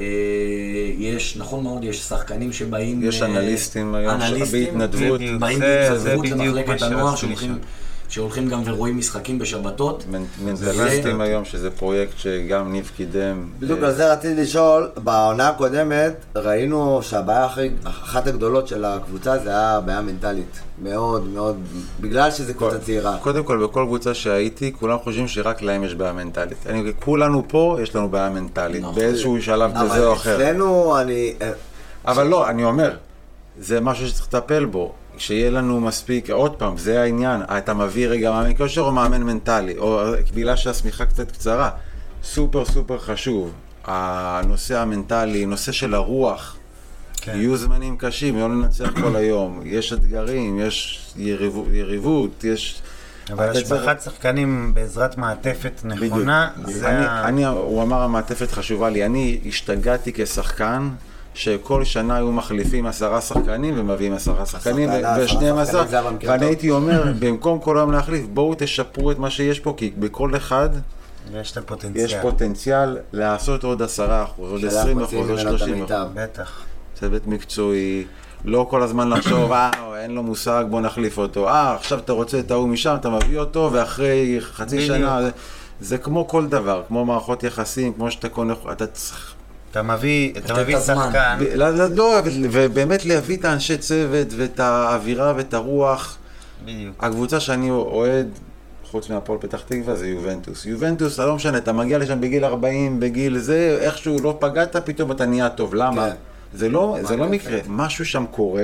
יש, נכון מאוד, יש שחקנים שבאים... יש אנליסטים היום, בהתנדבות. באים בהתנדבות למחלקת הנוער שהולכים גם ורואים משחקים בשבתות. מנטליסטים היום, שזה פרויקט שגם ניב קידם. בדיוק על זה רציתי לשאול, בעונה הקודמת ראינו שהבעיה אחת הגדולות של הקבוצה זה היה בעיה מנטלית. מאוד מאוד, בגלל שזה קבוצה צעירה. קודם כל, בכל קבוצה שהייתי, כולם חושבים שרק להם יש בעיה מנטלית. כולנו פה, יש לנו בעיה מנטלית, באיזשהו שלב כזה או אחר. אבל אצלנו אבל לא, אני אומר, זה משהו שצריך לטפל בו. כשיהיה לנו מספיק, עוד פעם, זה העניין, אתה מביא רגע מאמן כושר או מאמן מנטלי, או קבילה שהסמיכה קצת קצרה, סופר סופר חשוב. הנושא המנטלי, נושא של הרוח, יהיו זמנים קשים, לא לנצח כל היום, יש אתגרים, יש יריבות, יש... אבל השבחת שחקנים בעזרת מעטפת נכונה, הוא אמר המעטפת חשובה לי, אני השתגעתי כשחקן, שכל שנה היו מחליפים 10 שחקנים ומביאים 10 שחקנים ו12, ואני הייתי אומר, במקום כל היום להחליף, בואו תשפרו את מה שיש פה, כי בכל אחד יש פוטנציאל לעשות עוד 10%, עוד 20%, עוד 30%. בטח. צוות מקצועי, לא כל הזמן לחשוב, אין לו מושג, בוא נחליף אותו. עכשיו אתה רוצה את ההוא משם, אתה מביא אותו, ואחרי חצי שנה, זה כמו כל דבר, כמו מערכות יחסים, כמו שאתה קונה, אתה צריך... אתה מביא שחקן. לא, ובאמת להביא את האנשי צוות ואת האווירה ואת הרוח. בדיוק. הקבוצה שאני אוהד, חוץ מהפועל פתח תקווה, זה יובנטוס. יובנטוס, לא משנה, אתה מגיע לשם בגיל 40, בגיל זה, איכשהו לא פגעת, פתאום אתה נהיה טוב. למה? זה לא מקרה. משהו שם קורה,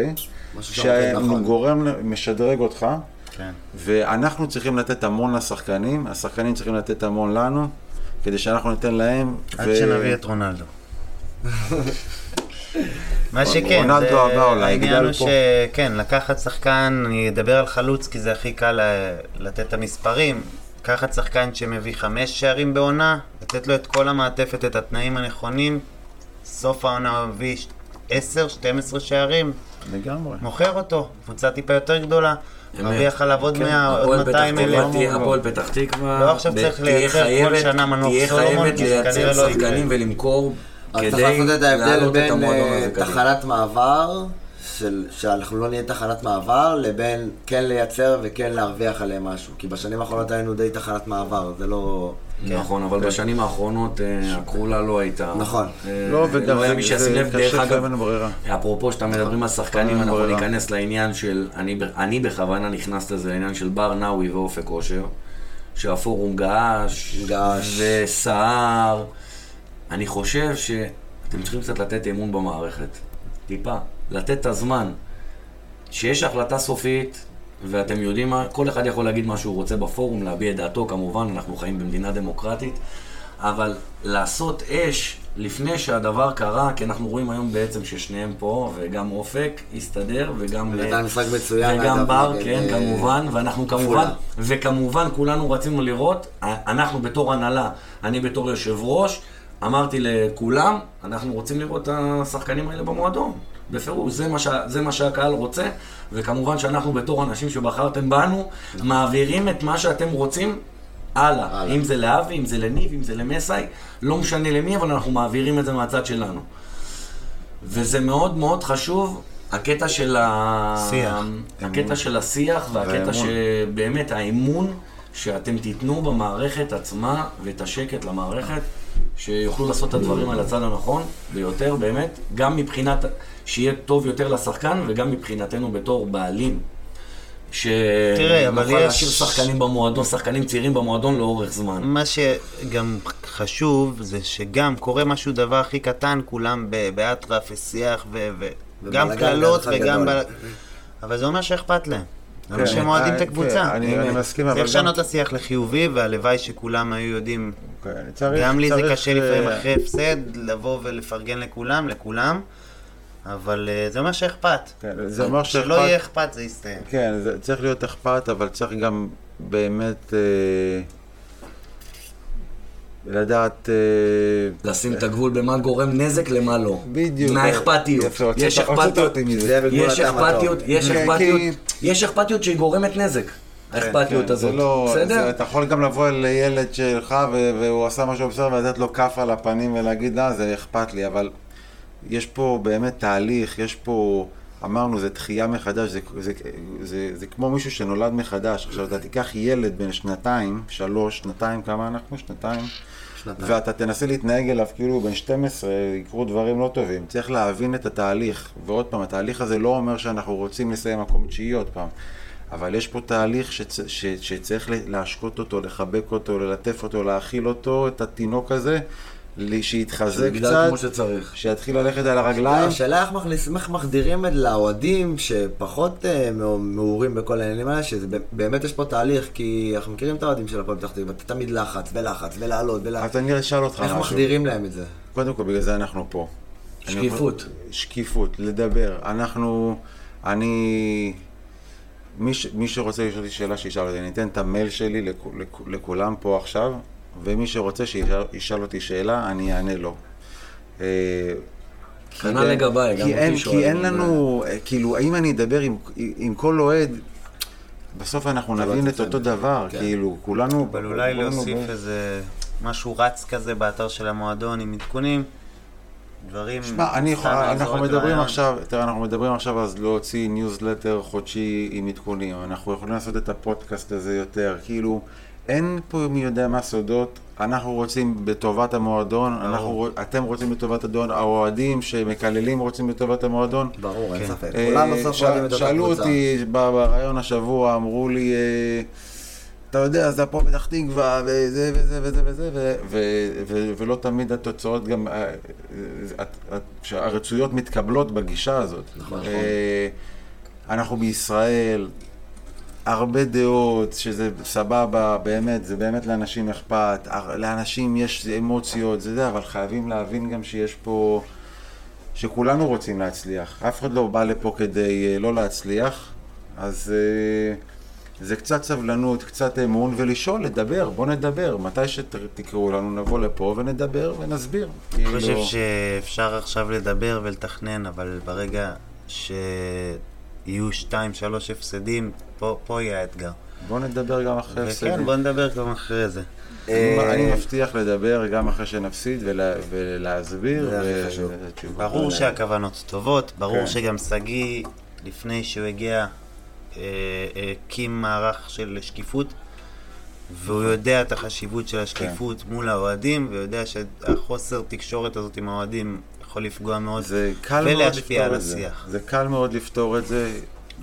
שגורם, משדרג אותך, ואנחנו צריכים לתת המון לשחקנים, השחקנים צריכים לתת המון לנו, כדי שאנחנו ניתן להם... עד שנביא את רונלדו. מה שכן, רונלדו הבא אולי העניין הוא יגדל פה. שכן, לקחת שחקן, אני אדבר על חלוץ כי זה הכי קל לתת את המספרים, לקחת שחקן שמביא 5 שערים בעונה, לתת לו את כל המעטפת, את התנאים הנכונים, סוף העונה מביא 10-12 שערים, לגמרי. מוכר אותו, קבוצה טיפה יותר גדולה, מרוויח עליו עוד 100, עוד 200 אלף. הפועל פתח תקווה, לא עכשיו צריך לייצר כל שנה מנור תהיה סולומון, חייבת כי זה לייצר כנראה לא יקרה. שחקנים ולמכור אז צריך כדי לעשות את ההבדל להעלות את בין המועדון הזה קדימה. תחנת מעבר, שאנחנו לא נהיה תחנת מעבר, לבין כן לייצר וכן להרוויח עליהם משהו. כי בשנים האחרונות היינו די תחנת מעבר, זה לא... נכון, אבל בשנים האחרונות הקרולה לא הייתה. נכון. לא, וגם לא היה מי שישים לב, דרך קשה אגב, לנו ברירה. אפרופו שאתה מדברים על שחקנים, אנחנו ברירה. ניכנס לעניין של, אני בכוונה נכנס לזה, לעניין של בר נאווי ואופק אושר, שהפורום געש וסער. אני חושב שאתם צריכים קצת לתת אמון במערכת. טיפה. לתת את הזמן. שיש החלטה סופית, ואתם יודעים מה, כל אחד יכול להגיד מה שהוא רוצה בפורום, להביע את דעתו, כמובן, אנחנו חיים במדינה דמוקרטית, אבל לעשות אש לפני שהדבר קרה, כי אנחנו רואים היום בעצם ששניהם פה, וגם אופק הסתדר, וגם נתן משחק מצוין, וגם אגב, בר, נגד, כן, כמובן, ואנחנו כמובן, וכמובן כולנו רצינו לראות, אנחנו בתור הנהלה, אני בתור יושב ראש, אמרתי לכולם, אנחנו רוצים לראות את השחקנים האלה במועדון. בפירוש, זה מה שהקהל רוצה, וכמובן שאנחנו בתור אנשים שבחרתם בנו, מעבירים את מה שאתם רוצים הלאה. אם זה לאבי, אם זה לניב, אם זה למסי, לא משנה למי, אבל אנחנו מעבירים את זה מהצד שלנו. וזה מאוד מאוד חשוב, הקטע של הקטע של השיח, והקטע שבאמת האמון שאתם תיתנו במערכת עצמה, ואת השקט למערכת, שיוכלו לעשות את הדברים על הצד הנכון ביותר, באמת, גם מבחינת שיהיה טוב יותר לשחקן, וגם מבחינתנו בתור בעלים. שנוכל להשאיר שחקנים במועדון, שחקנים צעירים במועדון לאורך זמן. מה שגם חשוב זה שגם קורה משהו דבר הכי קטן, כולם באטרף ושיח וגם כללות וגם... אבל זה אומר שאכפת להם. זה אומר שהם אוהדים את הקבוצה. אני מסכים, אבל צריך לשנות את השיח לחיובי, והלוואי שכולם היו יודעים. גם לי זה קשה לפעמים אחרי הפסד, לבוא ולפרגן לכולם. אבל זה אומר שאכפת. זה אומר שאכפת. שלא יהיה אכפת, זה יסתיים. כן, זה צריך להיות אכפת, אבל צריך גם באמת לדעת... לשים את הגבול במה גורם נזק למה לא. בדיוק. מהאכפתיות. יש אכפתיות שהיא גורמת נזק. האכפתיות הזאת. בסדר? אתה יכול גם לבוא לילד שלך והוא עשה משהו בסדר ולתת לו כף על הפנים ולהגיד, זה אכפת לי, אבל... יש פה באמת תהליך, יש פה, אמרנו, זה דחייה מחדש, זה כמו מישהו שנולד מחדש. עכשיו, אתה תיקח ילד בן 2, 3, כמה אנחנו? 2. ואתה תנסה להתנהג אליו כאילו בן 12, יקרו דברים לא טובים. צריך להבין את התהליך. ועוד פעם, התהליך הזה לא אומר שאנחנו רוצים לסיים מקום 9 עוד פעם. אבל יש פה תהליך שצריך להשקות אותו, לחבק אותו, ללטף אותו, להאכיל אותו, את התינוק הזה. שיתחזק קצת, שיתחיל ללכת על הרגליים. השאלה איך מחדירים לאוהדים שפחות מעורים בכל העניינים האלה, שבאמת יש פה תהליך, כי אנחנו מכירים את האוהדים של הפועל פתח תקווה, אתה תמיד לחץ ולעלות. אז אני אשאל אותך משהו. איך מחדירים להם את זה? קודם כל, בגלל זה אנחנו פה. שקיפות, לדבר. מי שרוצה לשאול אותי שאלה שישאל אותי, אני אתן את המייל שלי לכולם פה עכשיו, ומי שרוצה שישאל אותי שאלה, אני אענה לו. קנה לגביי, גם אותי שואל. כי אין לנו, כאילו, אם אני אדבר עם כל אוהד, בסוף אנחנו נבין את אותו דבר, כאילו, כולנו... אבל אולי להוסיף איזה משהו רץ כזה באתר של המועדון עם עדכונים, דברים... אנחנו מדברים עכשיו אז להוציא ניוזלטר חודשי עם עדכונים, אנחנו יכולים לעשות את הפודקאסט הזה יותר, כאילו... אין פה מי יודע מה סודות, אנחנו רוצים בטובת המועדון, אתם רוצים בטובת המועדון, האוהדים שמקללים רוצים בטובת המועדון. ברור, אין ספק. כולם בסוף אוהדים את אותה קבוצה. שאלו אותי ברעיון השבוע, אמרו לי, אתה יודע, זה פה פתח תקווה, וזה וזה וזה וזה, ולא תמיד התוצאות גם, שהרצויות מתקבלות בגישה הזאת. נכון. אנחנו בישראל, הרבה דעות, שזה סבבה, באמת, זה באמת לאנשים אכפת, לאנשים יש אמוציות, זה, אבל חייבים להבין גם שיש פה שכולנו רוצים להצליח. אף אחד לא בא לפה כדי לא להצליח, אז זה קצת סבלנות, קצת אמון, ולשאול, לדבר, בוא נדבר. מתי שתקראו לנו, נבוא לפה ונדבר ונסביר. אני חושב שאפשר עכשיו לדבר ולתכנן, אבל ברגע שיהיו 2-3 הפסדים, פה יהיה האתגר. בוא נדבר גם אחרי הפסדים. כן, בוא נדבר גם אחרי זה. אני מבטיח לדבר גם אחרי שנפסיד ולהסביר. ברור שהכוונות טובות, ברור שגם סגי, לפני שהוא הגיע, הקים מערך של שקיפות, והוא יודע את החשיבות של השקיפות מול האוהדים, ויודע שהחוסר תקשורת הזאת עם האוהדים יכול לפגוע מאוד ולהשפיע על השיח. זה קל מאוד לפתור את זה,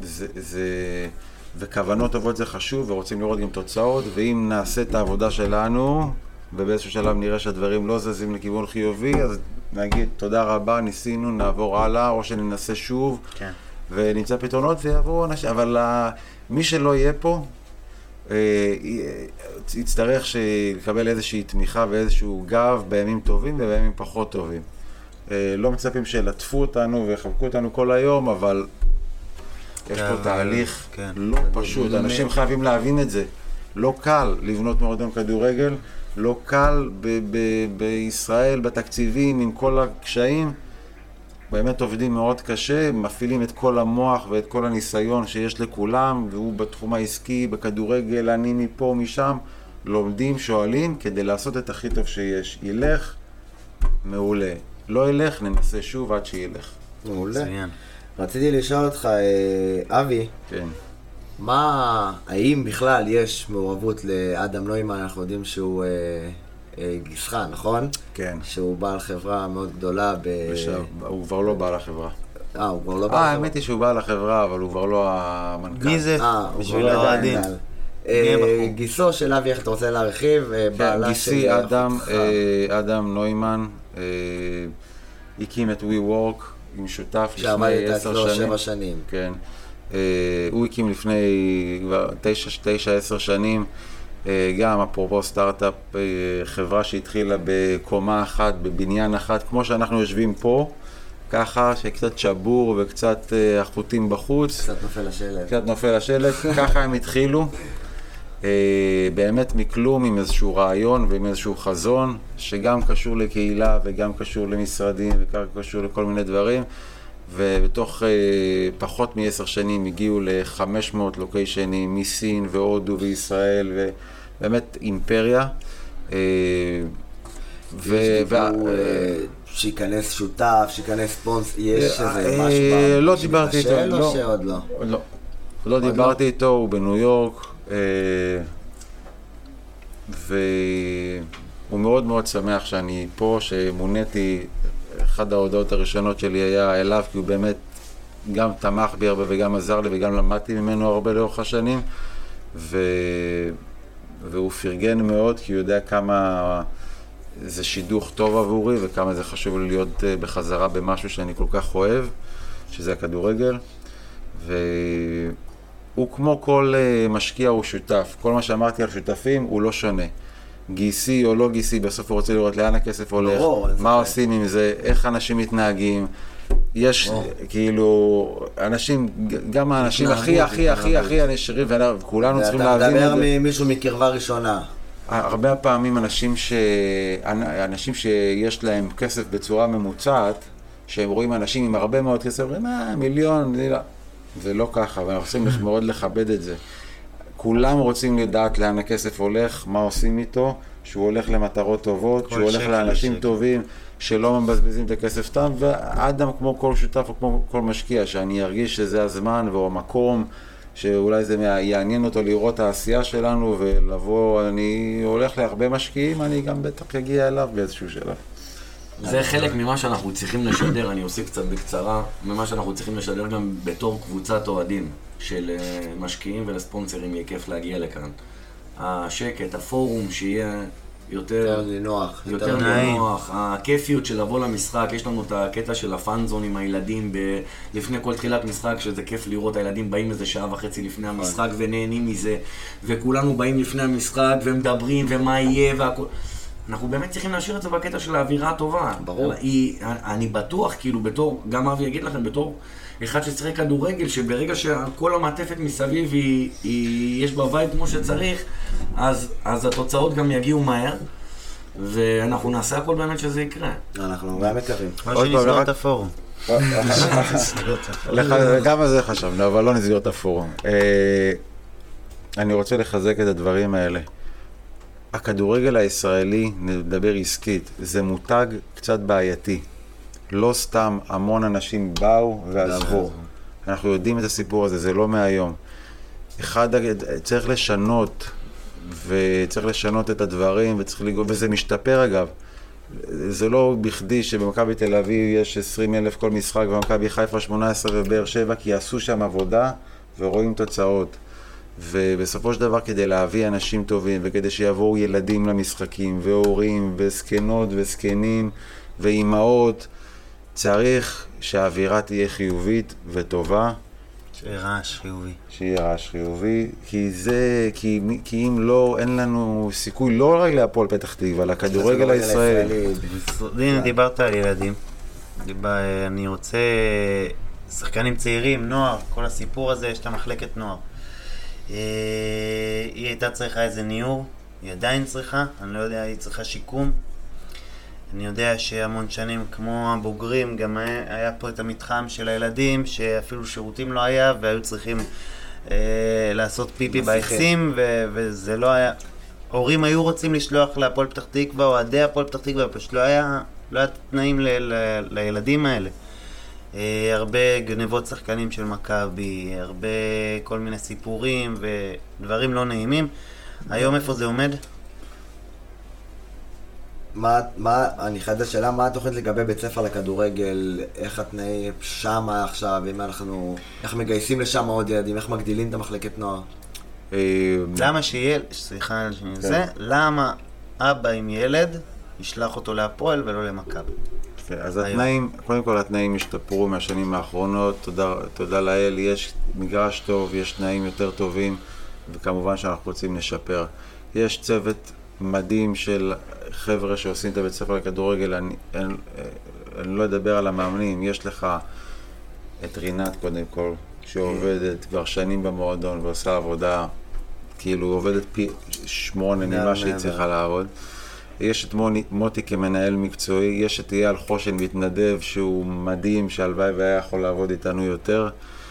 וכוונות טובות זה חשוב, ורוצים לראות גם תוצאות, ואם נעשה את העבודה שלנו, ובאיזשהו שלב נראה שהדברים לא זזים לכיוון חיובי, אז נגיד תודה רבה, ניסינו, נעבור הלאה, או שננסה שוב, ונמצא פתרונות ויעברו אנשים, אבל מי שלא יהיה פה, יצטרך לקבל איזושהי תמיכה ואיזשהו גב בימים טובים ובימים פחות טובים. לא מצפים שלטפו אותנו ויחבקו אותנו כל היום, אבל יש פה תהליך לא פשוט, אנשים חייבים להבין את זה. לא קל לבנות מועדון כדורגל, לא קל בישראל בתקציבים עם כל הקשיים. באמת עובדים מאוד קשה, מפעילים את כל המוח ואת כל הניסיון שיש לכולם, והוא בתחום העסקי, בכדורגל, אני מפה, משם, לומדים, שואלים, כדי לעשות את הכי טוב שיש. ילך, מעולה. לא ילך, ננסה שוב עד שילך. מעולה. רציתי לשאול אותך, אבי, כן. האם בכלל יש מעורבות לאדם נוימן? אנחנו יודעים שהוא גיסך, נכון? כן. שהוא בעל חברה מאוד גדולה הוא כבר לא בעל החברה. הוא כבר לא בעל החברה. האמת היא שהוא בעל החברה, אבל הוא כבר לא המנכ"ל. מי זה? בשביל האוהדים. גיסו של אבי, איך אתה רוצה להרחיב? גיסי אדם נוימן הקים את WeWork עם שותף לפני 10 שנים. כן. הוא הקים לפני 9-10 שנים, גם אפרופו סטארט-אפ, חברה שהתחילה בקומה אחת, בבניין אחת, כמו שאנחנו יושבים פה, ככה שקצת שבור וקצת החוטים בחוץ. קצת נופל השלט. ככה הם התחילו. באמת מכלום, עם איזשהו רעיון ועם איזשהו חזון, שגם קשור לקהילה וגם קשור למשרדים וגם קשור לכל מיני דברים. ובתוך פחות מ10 שנים הגיעו ל500 לוקיישנים מסין והודו וישראל, ובאמת אימפריה. שיכנס שותף, שיכנס ספונס, יש איזה משהו? לא דיברתי איתו. או שעוד לא? לא דיברתי איתו, הוא בניו יורק. והוא מאוד מאוד שמח שאני פה, שמוניתי. אחד ההודעות הראשונות שלי היה אליו, כי הוא באמת גם תמך בי הרבה וגם עזר לי וגם למדתי ממנו הרבה לאורך השנים, והוא פרגן מאוד, כי הוא יודע כמה זה שידוך טוב עבורי וכמה זה חשוב לי להיות בחזרה במשהו שאני כל כך אוהב, שזה הכדורגל. והוא כמו כל משקיע הוא שותף, כל מה שאמרתי על שותפים הוא לא שונה. גיסי או לא גיסי, בסוף הוא רוצה לראות לאן הכסף הולך, מה עושים עם זה, איך אנשים מתנהגים. יש כאילו אנשים, גם האנשים הכי הנשרים, וכולנו צריכים להבין את זה. אתה מדבר ממישהו מקרבה ראשונה. הרבה פעמים אנשים שיש להם כסף בצורה ממוצעת, שהם רואים אנשים עם הרבה מאוד כסף, אומרים, מיליון, זה לא ככה, ואנחנו צריכים מאוד לכבד את זה. כולם רוצים לדעת לאן הכסף הולך, מה עושים איתו, שהוא הולך למטרות טובות, שהוא הולך לאנשים טובים, שלא מבזבזים את הכסף סתם, ואדם כמו כל שותף או כמו כל משקיע, שאני ארגיש שזה הזמן או המקום, שאולי זה יעניין אותו לראות העשייה שלנו ולבוא, אני הולך להרבה משקיעים, אני גם בטח אגיע אליו באיזשהו שלב. זה חלק ממה שאנחנו צריכים לשדר, אני עושה קצת בקצרה, ממה שאנחנו צריכים לשדר גם בתור קבוצת אוהדים של משקיעים ולספונסרים, יהיה כיף להגיע לכאן. השקט, הפורום שיהיה יותר נוח, יותר נוח, הכיפיות של לבוא למשחק, יש לנו את הקטע של הפאנזון עם הילדים לפני כל תחילת משחק, שזה כיף לראות, הילדים באים איזה שעה וחצי לפני המשחק ונהנים מזה, וכולנו באים לפני המשחק ומדברים ומה יהיה והכל. אנחנו באמת צריכים להשאיר את זה בקטע של האווירה הטובה. ברור. אני בטוח, כאילו, בתור, גם אבי יגיד לכם, בתור אחד שצריך כדורגל, שברגע שכל המעטפת מסביב יש בה וייב כמו שצריך, אז התוצאות גם יגיעו מהר, ואנחנו נעשה הכל באמת שזה יקרה. אנחנו גם מקווים. או שנסגור את הפורום. גם על זה חשבנו, אבל לא נסגור את הפורום. אני רוצה לחזק את הדברים האלה. הכדורגל הישראלי, נדבר עסקית, זה מותג קצת בעייתי. לא סתם המון אנשים באו ועזבו. אנחנו יודעים את הסיפור הזה, זה לא מהיום. צריך לשנות, וצריך לשנות את הדברים, וזה משתפר אגב. זה לא בכדי שבמכבי תל אביב יש 20,000 כל משחק, ובמכבי חיפה 18 ובאר שבע, כי יעשו שם עבודה ורואים תוצאות. ובסופו של דבר כדי להביא אנשים טובים, וכדי שיבואו ילדים למשחקים, והורים, וזקנות וזקנים, ואימהות, צריך שהאווירה תהיה חיובית וטובה. שיהיה רעש חיובי. שיהיה רעש חיובי, כי אם לא, אין לנו סיכוי לא רק להפועל פתח תקווה, על הכדורגל הישראלי. הנה, דיברת על ילדים. אני רוצה שחקנים צעירים, נוער, כל הסיפור הזה, יש את המחלקת נוער. היא הייתה צריכה איזה ניור, היא עדיין צריכה, אני לא יודע, היא צריכה שיקום. אני יודע שהמון שנים, כמו הבוגרים, גם היה פה את המתחם של הילדים, שאפילו שירותים לא היה, והיו צריכים לעשות פיפי ביחסים, וזה לא היה... הורים היו רוצים לשלוח להפועל פתח תקווה, או עדי הפועל פתח תקווה, פשוט לא היה תנאים לילדים האלה. הרבה גנבות שחקנים של מכבי, הרבה כל מיני סיפורים ודברים לא נעימים. היום איפה זה עומד? אני חייב לשאלה, מה התוכנית לגבי בית ספר לכדורגל, איך התנאי שמה עכשיו, איך מגייסים לשם עוד ילדים, איך מגדילים את המחלקת נוער? למה שילד, סליחה על זה, למה אבא עם ילד ישלח אותו להפועל ולא למכבי? אז התנאים, קודם כל התנאים השתפרו מהשנים האחרונות, תודה לאל, יש מגרש טוב, יש תנאים יותר טובים, וכמובן שאנחנו רוצים לשפר. יש צוות מדהים של חבר'ה שעושים את הבית ספר לכדורגל, אני לא אדבר על המאמנים, יש לך את רינת קודם כל, שעובדת כבר שנים במועדון ועושה עבודה, כאילו עובדת פי 8 ממה שהיא צריכה לעבוד. יש את מוטי כמנהל מקצועי, יש את אייל חושן מתנדב שהוא מדהים, שהלוואי והיה יכול לעבוד איתנו יותר.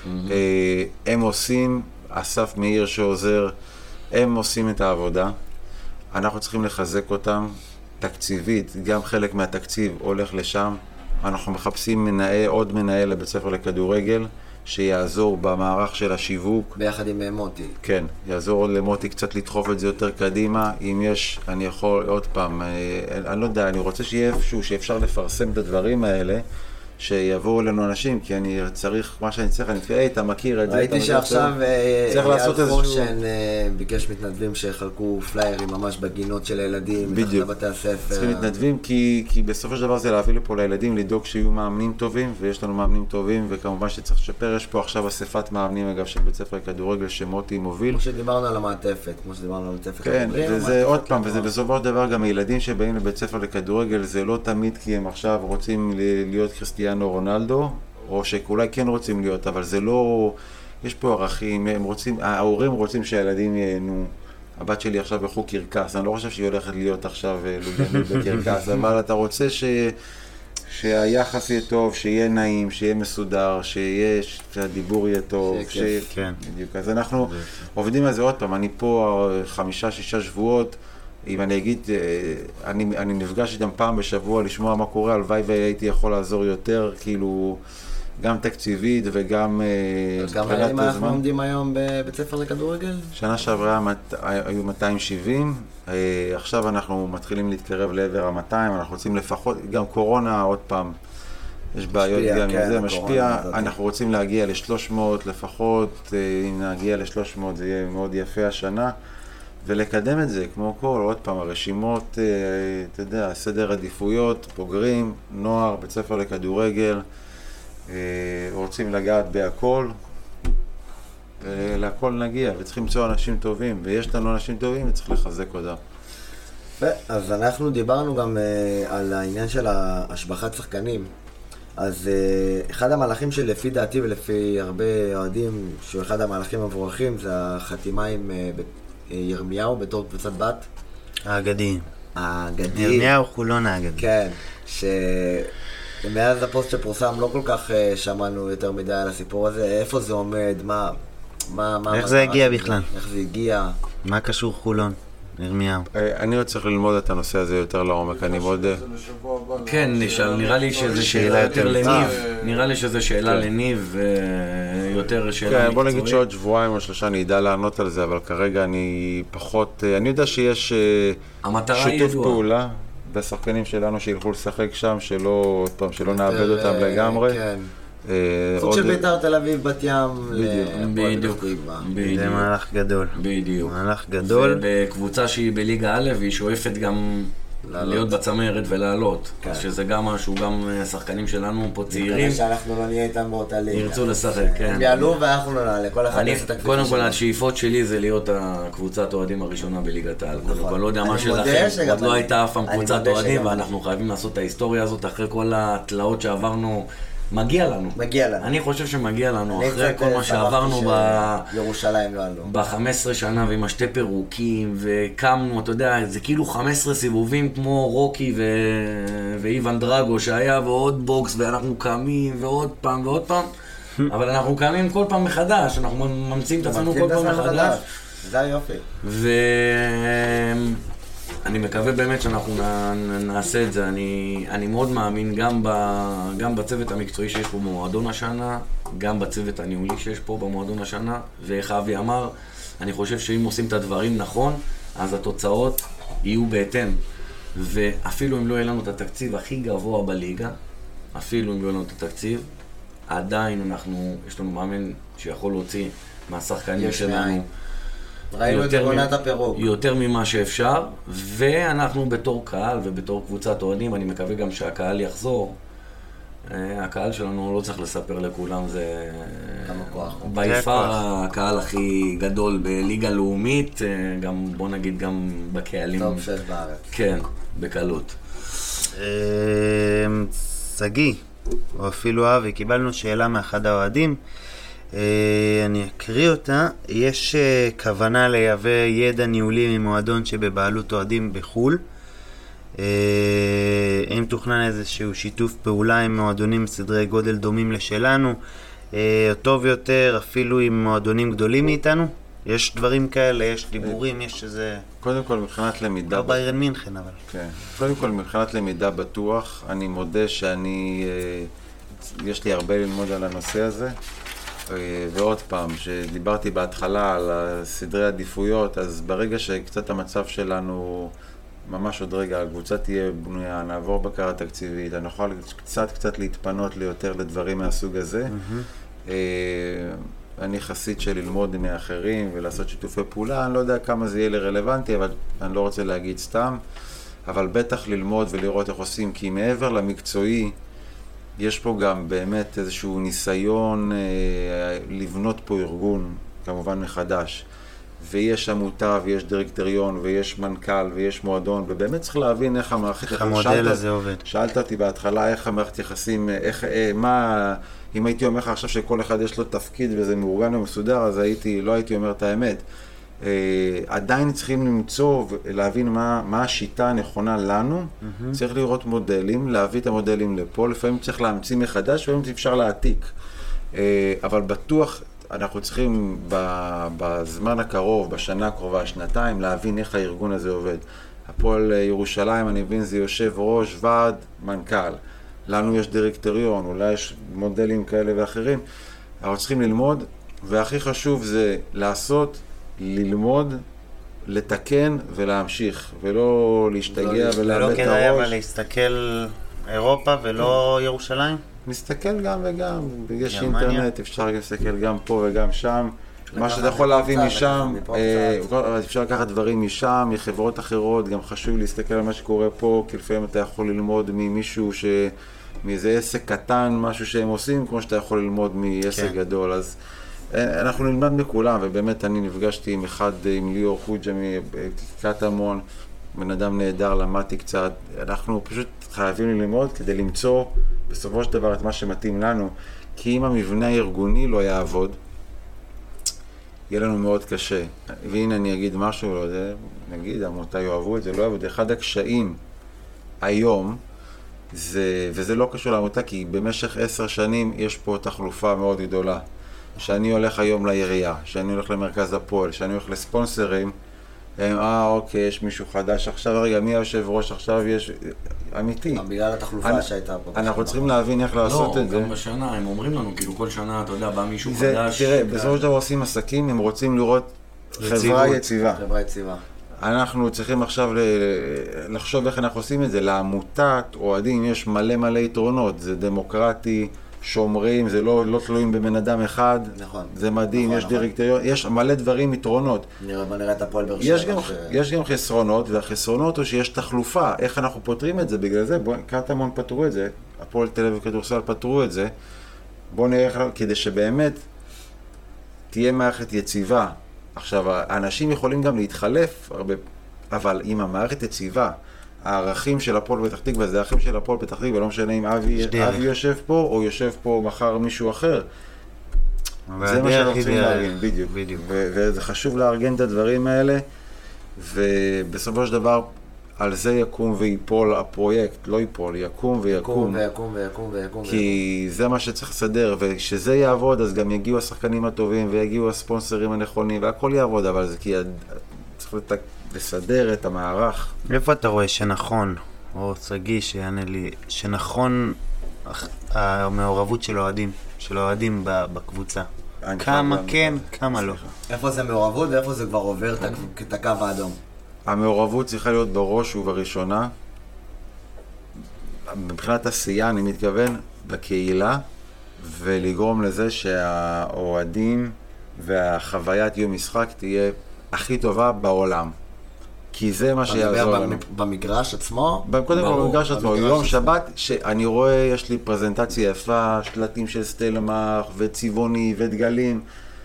הם עושים, אסף מאיר שעוזר, הם עושים את העבודה. אנחנו צריכים לחזק אותם תקציבית, גם חלק מהתקציב הולך לשם. אנחנו מחפשים עוד מנהל לבית ספר לכדורגל, שיעזור במערך של השיווק. ביחד עם מוטי. כן, יעזור למוטי קצת לדחוף את זה יותר קדימה. אם יש, אני יכול עוד פעם, אני לא יודע, אני רוצה שיהיה איפשהו שאפשר לפרסם את הדברים האלה, שיבואו אלינו אנשים, כי אני צריך, מה שאני צריך, אני תראה, אתה מכיר את זה. ראיתי שעכשיו אייל חושן ביקש מתנדבים שיחלקו פליירים ממש בגינות של הילדים, בדיוק. בתי הספר. צריכים מתנדבים, כי בסופו של דבר זה להביא לפה לילדים, לדאוג שיהיו מאמנים טובים, ויש לנו מאמנים טובים, וכמובן שצריך לשפר. יש פה עכשיו אספת מאמנים, אגב, של בית ספר לכדורגל שמוטי מוביל. כמו שדיברנו על המעטפת, כן, וזה עוד פעם, וזה בסופו של דבר גם הילדים שבאים לבית ספר לכדורגל, זה לא תמיד כי הם עכשיו רוצים להיות קריסטיאנו רונלדו, או שאולי כן רוצים להיות, אבל זה לא, יש פה ערכים, ההורים רוצים שהילדים ייהנו. הבת שלי עכשיו בחוג קרקס, אני לא חושב שהיא הולכת להיות עכשיו לוגנית בקרקס, אבל אתה רוצה שהיחס יהיה טוב, שיהיה נעים, שיהיה מסודר, שהדיבור יהיה טוב, כן. בדיוק. אז אנחנו עובדים על זה עוד פעם, אני פה 5-6 שבועות, אם אני אגיד, אני נפגש איתם פעם בשבוע לשמוע מה קורה, הלוואי והייתי יכול לעזור יותר, כאילו, גם תקציבית וגם... כמה ילדים אנחנו עומדים היום בבית ספר לכדורגל? שנה שעברה היו 270, עכשיו אנחנו מתחילים להתקרב לעבר ה-200, אנחנו רוצים לפחות, גם קורונה עוד פעם, יש בעיות גם עם זה, משפיע, אנחנו רוצים להגיע ל-300 לפחות, אם נגיע ל-300 זה יהיה מאוד יפה השנה, ולקדם את זה, כמו כל, עוד פעם, הרשימות, אתה יודע, סדר עדיפויות, בוגרים, נוער, בית ספר לכדורגל, רוצים לגעת בהכל, ולהכל נגיע, וצריכים למצוא אנשים טובים, ויש לנו אנשים טובים וצריך לחזק אותם. אז אנחנו דיברנו גם על העניין של השבחת שחקנים. אז אחד המהלכים שלפי דעתי ולפי הרבה אוהדים, שהוא אחד המהלכים המבורכים, זה החתימה עם ירמיהו בתור קבוצת בת. האגדיים. האגדיים. ירמיהו חולון האגדי. כן, שמאז הפוסט שפורסם לא כל כך שמענו יותר מדי על הסיפור הזה. איפה זה עומד? איך זה הגיע בכלל? איך זה הגיע? מה קשור חולון? ירמיהו. אני עוד צריך ללמוד את הנושא הזה יותר לעומק, אני מאוד... כן, נראה לי שזה שאלה יותר לניב. נראה לי שזה שאלה לניב ויותר שאלה מקצועית. כן, בוא נגיד שעוד שבועיים או 3 אני אדע לענות על זה, אבל כרגע אני פחות... אני יודע שיש שיתוף פעולה בשחקנים שלנו שילכו לשחק שם, שלא נאבד אותם לגמרי. סוג של בית"ר תל אביב בת ים. בדיוק. זה מהלך גדול. בדיוק. מהלך גדול. בקבוצה שהיא בליגה א' והיא שואפת גם להיות בצמרת ולעלות. אז שזה גם משהו, גם השחקנים שלנו פה צעירים. שאנחנו לא נהיה איתם באותה ליגה. ירצו לשחק, כן. הם יעלו ואנחנו לא נעלה. כל אחד יעשה את הקבוצה. קודם כל, השאיפות שלי זה להיות הקבוצת אוהדים הראשונה בליגת העל. קודם כל, לא יודע מה שלכם. עוד לא הייתה אף פעם קבוצת אוהדים, ואנחנו חייבים לעשות את ההיסטוריה הזאת אחרי כל התלאות שעברנו. מגיע לנו. אני חושב שמגיע לנו, אחרי כל מה שעברנו בירושלים לא עלו. ב-15 שנה ועם השתי פירוקים, וקמנו, אתה יודע, זה כאילו 15 סיבובים כמו רוקי ואיוון דרגו שהיה, ועוד בוקס, ואנחנו קמים, ועוד פעם ועוד פעם, אבל אנחנו קמים כל פעם מחדש, אנחנו ממציאים את עצמנו כל פעם מחדש. זה היופי. אני מקווה באמת שאנחנו נעשה את זה. אני מאוד מאמין גם בצוות המקצועי שיש פה במועדון השנה, גם בצוות הניהולי שיש פה במועדון השנה, ואיך אבי אמר, אני חושב שאם עושים את הדברים נכון, אז התוצאות יהיו בהתאם. ואפילו אם לא יהיה לנו את התקציב הכי גבוה בליגה, אפילו אם לא יהיה לנו את התקציב, עדיין יש לנו מאמן שיכול להוציא מהשחקנים שלנו ראינו את עונת הפירוק. יותר ממה שאפשר, ואנחנו בתור קהל ובתור קבוצת אוהדים, אני מקווה גם שהקהל יחזור. הקהל שלנו לא צריך לספר לכולם, זה ביפר הקהל הכי גדול בליגה לאומית, גם בוא נגיד גם בקהלים. טוב 6 בארץ. כן, בקלות. סגי, או אפילו אבי, קיבלנו שאלה מאחד האוהדים. אני אקריא אותה. יש כוונה לייבא ידע ניהולי ממועדון שבבעלות אוהדים בחול. אם תוכנן איזשהו שיתוף פעולה עם מועדונים סדרי גודל דומים לשלנו, טוב יותר אפילו עם מועדונים גדולים מאיתנו. יש דברים כאלה, יש דיבורים, יש איזה... קודם כל מבחינת למידה... לא ביירן מינכן אבל. כן. קודם כל מבחינת למידה בטוח, אני מודה יש לי הרבה ללמוד על הנושא הזה. ועוד פעם, שדיברתי בהתחלה על סדרי עדיפויות, אז ברגע שקצת המצב שלנו, ממש עוד רגע, הקבוצה תהיה בנויה, נעבור בקרה תקציבית, אני יכול קצת להתפנות ליותר לדברים מהסוג הזה. אני חסיד של ללמוד מאחרים ולעשות שיתופי פעולה, אני לא יודע כמה זה יהיה לרלוונטי, אבל אני לא רוצה להגיד סתם, אבל בטח ללמוד ולראות איך עושים, כי מעבר למקצועי, יש פה גם באמת איזשהו ניסיון לבנות פה ארגון, כמובן מחדש. ויש עמותה, ויש דירקטוריון, ויש מנכ"ל, ויש מועדון, ובאמת צריך להבין איך המערכת... איך המודל הזה עובד. שאלת אותי בהתחלה איך המערכת יחסים, אם הייתי אומר לך עכשיו שכל אחד יש לו תפקיד וזה מאורגן ומסודר, אז לא הייתי אומר את האמת. עדיין צריכים למצוא ולהבין מה השיטה הנכונה לנו. צריך לראות מודלים, להביא את המודלים לפה, לפעמים צריך להמציא מחדש, לפעמים אפשר להעתיק. אבל בטוח אנחנו צריכים בזמן הקרוב, בשנה הקרובה, שנתיים, להבין איך הארגון הזה עובד. הפועל ירושלים, אני מבין, זה יושב ראש, ועד, מנכ"ל. לנו יש דירקטוריון, אולי יש מודלים כאלה ואחרים. אנחנו צריכים ללמוד, והכי חשוב זה לעשות, ללמוד, לתקן ולהמשיך, ולא להשתגע ולאבד את הראש. ולא כדאי אבל להסתכל אירופה ולא ירושלים? נסתכל גם וגם, יש אינטרנט, אפשר להסתכל גם פה וגם שם. מה שאתה יכול להביא משם, אפשר לקחת דברים משם, מחברות אחרות, גם חשוב להסתכל על מה שקורה פה, כי לפעמים אתה יכול ללמוד ממישהו מאיזה עסק קטן, משהו שהם עושים, כמו שאתה יכול ללמוד מעסק גדול. אז אנחנו נלמד מכולם, ובאמת אני נפגשתי עם ליאור חוג'ה מקטמון, בן אדם נהדר, למדתי קצת, אנחנו פשוט חייבים ללמוד כדי למצוא בסופו של דבר את מה שמתאים לנו, כי אם המבנה הארגוני לא יעבוד, יהיה לנו מאוד קשה. והנה אני אגיד משהו, לא יודע, נגיד, עמותה יאהבו את זה, לא יעבוד. אחד הקשיים היום, וזה לא קשור לעמותה, כי במשך 10 שנים יש פה תחלופה מאוד גדולה. שאני הולך היום לעירייה, שאני הולך למרכז הפועל, שאני הולך לספונסרים, אוקיי, יש מישהו חדש, עכשיו רגע, מי היושב ראש, עכשיו יש... אמיתי. בגלל התחלופה שהייתה פה. אנחנו צריכים להבין איך לעשות את זה. לא, גם בשנה, הם אומרים לנו, כאילו כל שנה, אתה יודע, בא מישהו חדש. תראה, בסופו של דבר עושים עסקים, הם רוצים לראות חברה יציבה. חברה יציבה. אנחנו צריכים עכשיו לחשוב איך אנחנו עושים את זה. לעמותת אוהדים יש מלא יתרונות, זה דמוקרטי, שומרים, זה לא תלויים בבן אדם אחד, נכון, זה מדהים, נכון, יש דירקטוריון, יש מלא דברים יתרונות. נראה את הפועל באר שבע. יש גם חסרונות, והחסרונות הוא שיש תחלופה, איך אנחנו פותרים את זה, בגלל זה, קטמון פתרו את זה, הפועל תל אביב כדורסל פתרו את זה, בואו נראה כדי שבאמת תהיה מערכת יציבה. עכשיו, האנשים יכולים גם להתחלף הרבה, אבל אם המערכת יציבה, הערכים של הפועל פתח תקווה, זה הערכים של הפועל פתח תקווה, לא משנה אם אבי יושב פה או יושב פה מחר מישהו אחר. זה מה שאנחנו רוצים לארגן, בדיוק. וזה חשוב לארגן את הדברים האלה, ובסופו של דבר על זה יקום ויפול הפרויקט, לא ייפול, יקום ויקום. כי זה מה שצריך לסדר, וכשזה יעבוד אז גם יגיעו השחקנים הטובים ויגיעו הספונסרים הנכונים, והכל יעבוד, אבל זה כי צריך לסדר את המערך. איפה אתה רואה שנכון, או סגי שיענה לי, שנכון המעורבות של אוהדים בקבוצה? כמה כן, כמה לא. איפה זה מעורבות ואיפה זה כבר עובר את הקו האדום? המעורבות צריכה להיות בראש ובראשונה, מבחינת עשייה אני מתכוון, בקהילה, ולגרום לזה שהאוהדים והחוויית יום משחק תהיה הכי טובה בעולם. כי זה מה שיעזור לנו. במגרש עצמו? קודם כל במגרש עצמו. יום שבת, שאני רואה, יש לי פרזנטציה יפה, שלטים של סטלמך וצבעוני ודגלים.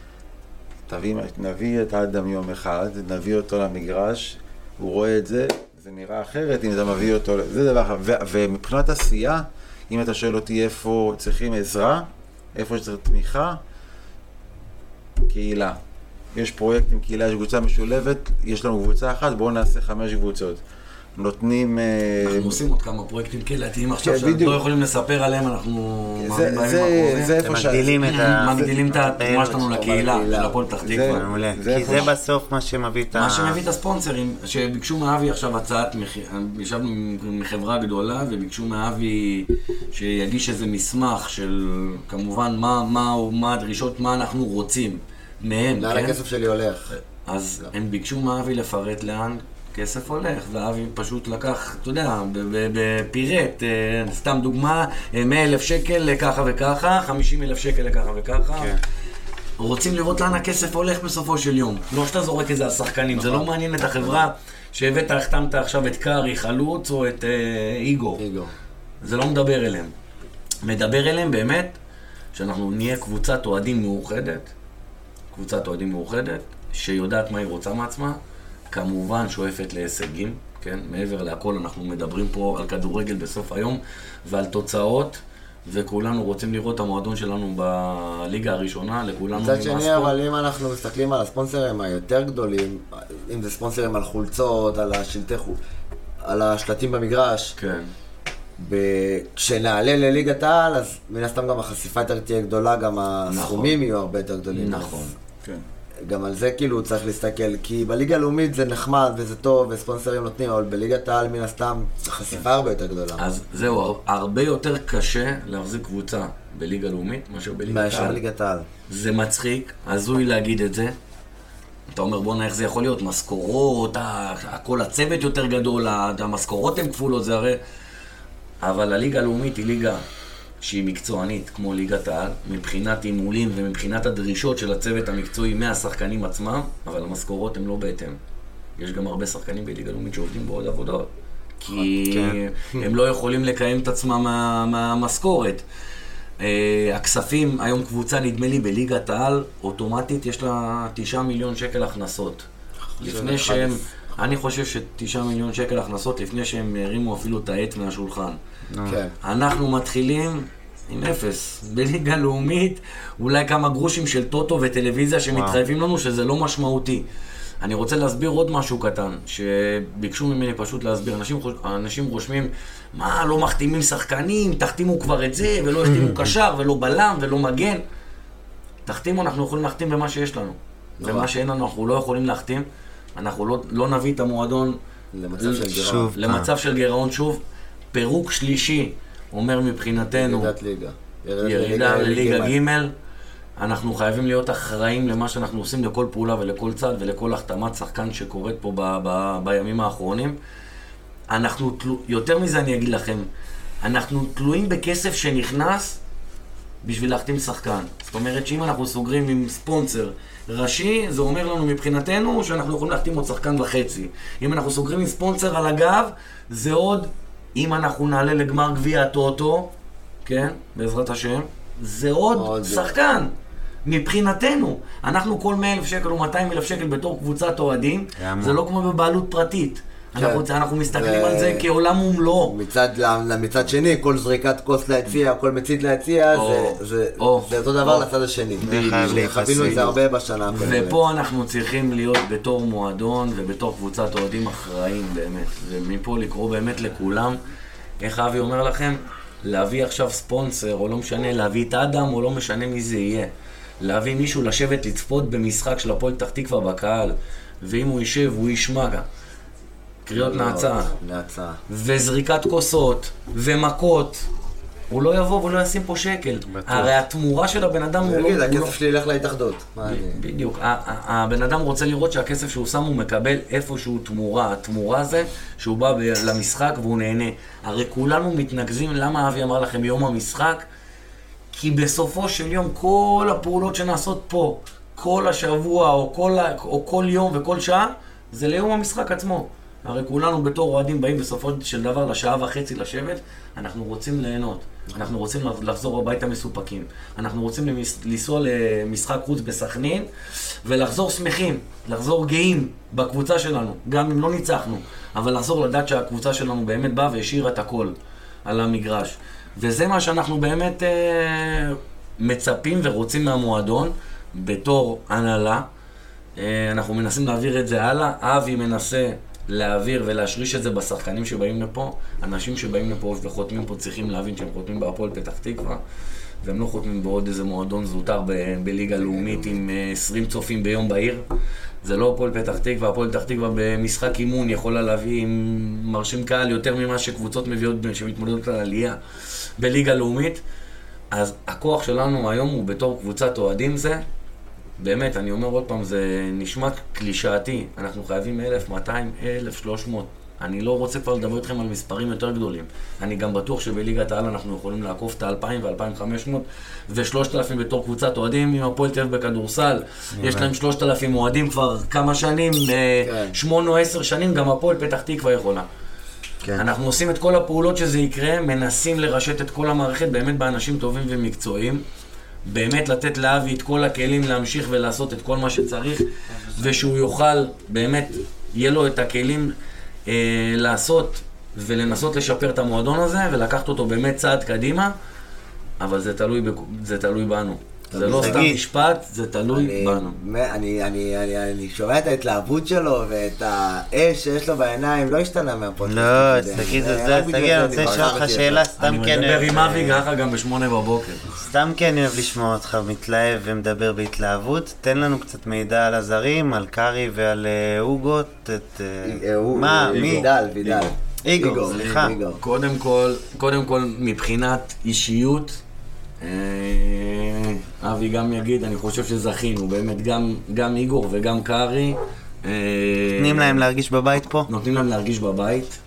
נביא את האדם יום אחד, נביא אותו למגרש, הוא רואה את זה, זה נראה אחרת אם אתה מביא אותו, זה דבר אחר. ומבחינת עשייה, אם אתה שואל אותי איפה צריכים עזרה, איפה שצריך תמיכה, קהילה. יש פרויקט עם קהילה, יש קבוצה משולבת, יש לנו קבוצה אחת, בואו נעשה 5 קבוצות. נותנים... אנחנו עושים עוד כמה פרויקטים קהילתיים עכשיו שאנחנו לא יכולים לספר עליהם, אנחנו... זה איפה מגדילים את התרומה שלנו לקהילה, של הפועל פתח תקווה. כי זה בסוף מה שמביא את מה שמביא את הספונסרים, שביקשו מאבי עכשיו הצעת, ישבנו עם חברה גדולה, וביקשו מאבי שיגיש איזה מסמך של כמובן מה הדרישות, מה אנחנו רוצים מהם. לאן הכסף שלי הולך? אז הם ביקשו מאבי לפרט לאן כסף הולך, ואבי פשוט לקח, אתה יודע, בפירט, סתם דוגמה, 100,000 שקל לככה וככה, 50,000 שקל לככה וככה. רוצים לראות לאן הכסף הולך בסופו של יום. לא שאתה זורק את זה על שחקנים, זה לא מעניין את החברה שהבאת, החתמת עכשיו את קארי, חלוץ או את איגור. זה לא מדבר אליהם. מדבר אליהם באמת שאנחנו נהיה קבוצת אוהדים מאוחדת, שיודעת מה היא רוצה מעצמה, כמובן שואפת להישגים, כן? מעבר להכל אנחנו מדברים פה על כדורגל בסוף היום ועל תוצאות, וכולנו רוצים לראות את המועדון שלנו בליגה הראשונה, לכולנו מצד שני, אבל אם אנחנו מסתכלים על הספונסרים היותר גדולים, אם זה ספונסרים על חולצות, על השלטים במגרש, כן. כשנעלה לליגת העל, אז מן הסתם גם החשיפה יותר תהיה גדולה, גם הסכומים יהיו הרבה יותר גדולים. נכון. כן. גם על זה כאילו צריך להסתכל, כי בליגה הלאומית זה נחמד וזה טוב וספונסרים נותנים, אבל בליגת העל מן הסתם חשיפה הרבה יותר גדולה. אז זהו, הרבה יותר קשה להחזיק קבוצה בליגה הלאומית מאשר בליגת העל. זה מצחיק, הזוי להגיד את זה. אתה אומר בוא'נה איך זה יכול להיות, משכורות, כל הצוות יותר גדול, המשכורות הן כפולות, זה הרי... אבל הליגה הלאומית היא ליגה שהיא מקצוענית כמו ליגת העל, מבחינת אימולים ומבחינת הדרישות של הצוות המקצועי מהשחקנים עצמם, אבל המשכורות הן לא בהתאם. יש גם הרבה שחקנים בליגה הלאומית שעובדים בעוד עבודות, כי הם לא יכולים לקיים את עצמם מהמשכורת. הכספים, היום קבוצה נדמה לי בליגת העל, אוטומטית יש לה 9 מיליון שקל הכנסות. לפני שהם... אני חושב ש9 מיליון שקל הכנסות לפני שהם הרימו אפילו את העט מהשולחן. כן. אנחנו מתחילים עם 0. בליגה לאומית, אולי כמה גרושים של טוטו וטלוויזיה שמתחייבים לנו שזה לא משמעותי. אני רוצה להסביר עוד משהו קטן, שביקשו ממני פשוט להסביר. אנשים רושמים, מה, לא מחתימים שחקנים, תחתימו כבר את זה, ולא החתימו קשר, ולא בלם, ולא מגן. תחתימו, אנחנו יכולים להחתים במה שיש לנו. ומה שאין לנו, אנחנו לא יכולים להחתים. אנחנו לא נביא את המועדון למצב של גירעון שוב. פירוק שלישי, אומר מבחינתנו, ירידה לליגה ג'. אנחנו חייבים להיות אחראים למה שאנחנו עושים לכל פעולה ולכל צעד ולכל החתמת שחקן שקורית פה בימים האחרונים. יותר מזה אני אגיד לכם, אנחנו תלויים בכסף שנכנס בשביל להחתים שחקן. זאת אומרת שאם אנחנו סוגרים עם ספונסר ראשי, זה אומר לנו מבחינתנו שאנחנו יכולים להחתים עוד שחקן וחצי. אם אנחנו סוגרים עם ספונסר על הגב, זה עוד, אם אנחנו נעלה לגמר גביע הטוטו, כן, בעזרת השם, זה עוד שחקן. מבחינתנו, אנחנו כל 100,000 שקל או 200,000 שקל בתור קבוצת אוהדים, זה לא כמו בבעלות פרטית. אנחנו מסתכלים על זה כעולם ומלואו. מצד שני, כל זריקת כוס ליציע, כל מצית ליציע, זה אותו דבר לצד השני. חווינו את זה הרבה בשנה. ופה אנחנו צריכים להיות בתור מועדון ובתור קבוצת אוהדים אחראים באמת. ומפה לקרוא באמת לכולם, איך אבי אומר לכם, להביא עכשיו ספונסר, או לא משנה, להביא את אדם, או לא משנה מי זה יהיה. להביא מישהו לשבת לצפות במשחק של הפועל פתח תקווה בקהל, ואם הוא יישב, הוא ישמע גם. קריאות נאצה, וזריקת כוסות, ומכות. הוא לא יבוא ולא ישים פה שקל. הרי התמורה של הבן אדם הוא לא... נגיד, הכסף שלי ילך להתאחדות. בדיוק. הבן אדם רוצה לראות שהכסף שהוא שם הוא מקבל איפשהו תמורה. התמורה זה שהוא בא למשחק והוא נהנה. הרי כולנו מתנגזים, למה אבי אמר לכם יום המשחק? כי בסופו של יום כל הפעולות שנעשות פה, כל השבוע או כל יום וכל שעה, זה ליום המשחק עצמו. הרי כולנו בתור אוהדים באים בסופו של דבר לשעה וחצי לשבת, אנחנו רוצים ליהנות, אנחנו רוצים לחזור הביתה מסופקים, אנחנו רוצים לנסוע למשחק חוץ בסכנין ולחזור שמחים, לחזור גאים בקבוצה שלנו, גם אם לא ניצחנו, אבל לחזור לדעת שהקבוצה שלנו באמת באה והשאירה את הכל על המגרש. וזה מה שאנחנו באמת מצפים ורוצים מהמועדון בתור הנהלה. אנחנו מנסים להעביר את זה הלאה, אבי מנסה להעביר ולהשריש את זה בשחקנים שבאים לפה. אנשים שבאים לפה וחותמים פה צריכים להבין שהם חותמים בהפועל פתח תקווה, והם לא חותמים בעוד איזה מועדון זוטר בליגה לאומית עם 20 צופים ביום בעיר. זה לא הפועל פתח תקווה. הפועל פתח תקווה במשחק אימון יכולה להביא עם מרשים קהל יותר ממה שקבוצות מביאות שמתמודדות על עלייה בליגה לאומית. אז הכוח שלנו היום הוא בתור קבוצת אוהדים זה. באמת, אני אומר עוד פעם, זה נשמע קלישאתי. אנחנו חייבים 1,200, 1,300. אני לא רוצה כבר לדבר איתכם על מספרים יותר גדולים. אני גם בטוח שבליגת העל אנחנו יכולים לעקוף את ה-2,000 ו-2,500 ו-3,000 בתור קבוצת אוהדים. עם הפועל תל אביב בכדורסל, יש להם 3,000 אוהדים כבר כמה שנים, 8 או 10 שנים, גם הפועל פתח תקווה יכולה. אנחנו עושים את כל הפעולות שזה יקרה, מנסים לרשת את כל המערכת באמת באנשים טובים ומקצועיים. באמת לתת לאבי את כל הכלים להמשיך ולעשות את כל מה שצריך, ושהוא יוכל, באמת, יהיה לו את הכלים לעשות ולנסות לשפר את המועדון הזה, ולקחת אותו באמת צעד קדימה, אבל זה תלוי בנו. זה לא סתם משפט, זה תלוי בנו. אני שומע את ההתלהבות שלו ואת האש שיש לו בעיניים, לא השתנה מהפודקאסט. לא, תגיד את זה, תגיד, אני רוצה לשאול אותך שאלה, סתם כן... אני מדבר עם אבי ככה גם ב8 בבוקר. סתם כן אוהב לשמוע אותך מתלהב ומדבר בהתלהבות. תן לנו קצת מידע על הזרים, על קארי ועל אוגות. מה? מי? וידל. איגור, סליחה. קודם כל, מבחינת אישיות, אבי גם יגיד, אני חושב שזכינו, באמת, גם איגור וגם קארי. נותנים להם להרגיש בבית פה? נותנים להם להרגיש בבית.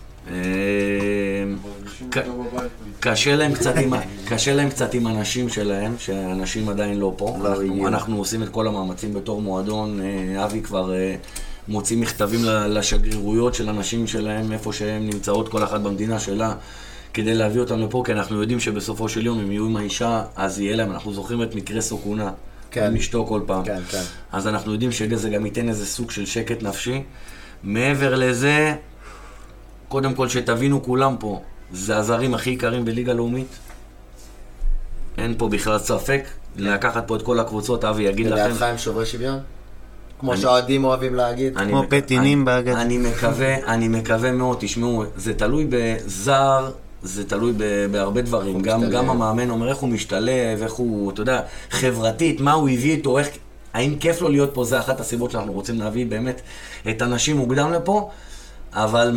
קשה להם קצת עם אנשים שלהם, שאנשים עדיין לא פה. אנחנו עושים את כל המאמצים בתור מועדון. אבי כבר מוציא מכתבים לשגרירויות של אנשים שלהם, איפה שהם נמצאות, כל אחת במדינה שלה, כדי להביא אותם לפה, כי אנחנו יודעים שבסופו של יום, אם יהיו עם האישה, אז יהיה להם. אנחנו זוכרים את מקרה סוכונה, עם אשתו כל פעם. אז אנחנו יודעים שזה גם ייתן איזה סוג של שקט נפשי, מעבר לזה, קודם כל שתבינו כולם פה, זה הזרים הכי יקרים בליגה לאומית. אין פה בכלל ספק. לקחת פה את כל הקבוצות, אבי יגיד לכם. לדעתך הם שוברי שוויון? כמו שהאוהדים אוהבים להגיד. כמו פטינים באגד. אני מקווה מאוד, תשמעו, זה תלוי בזר, זה תלוי בהרבה דברים. גם המאמן אומר איך הוא משתלב, איך הוא, אתה יודע, חברתית, מה הוא הביא איתו, האם כיף לו להיות פה, זה אחת הסיבות שאנחנו רוצים להביא באמת את אנשים מוקדם לפה. אבל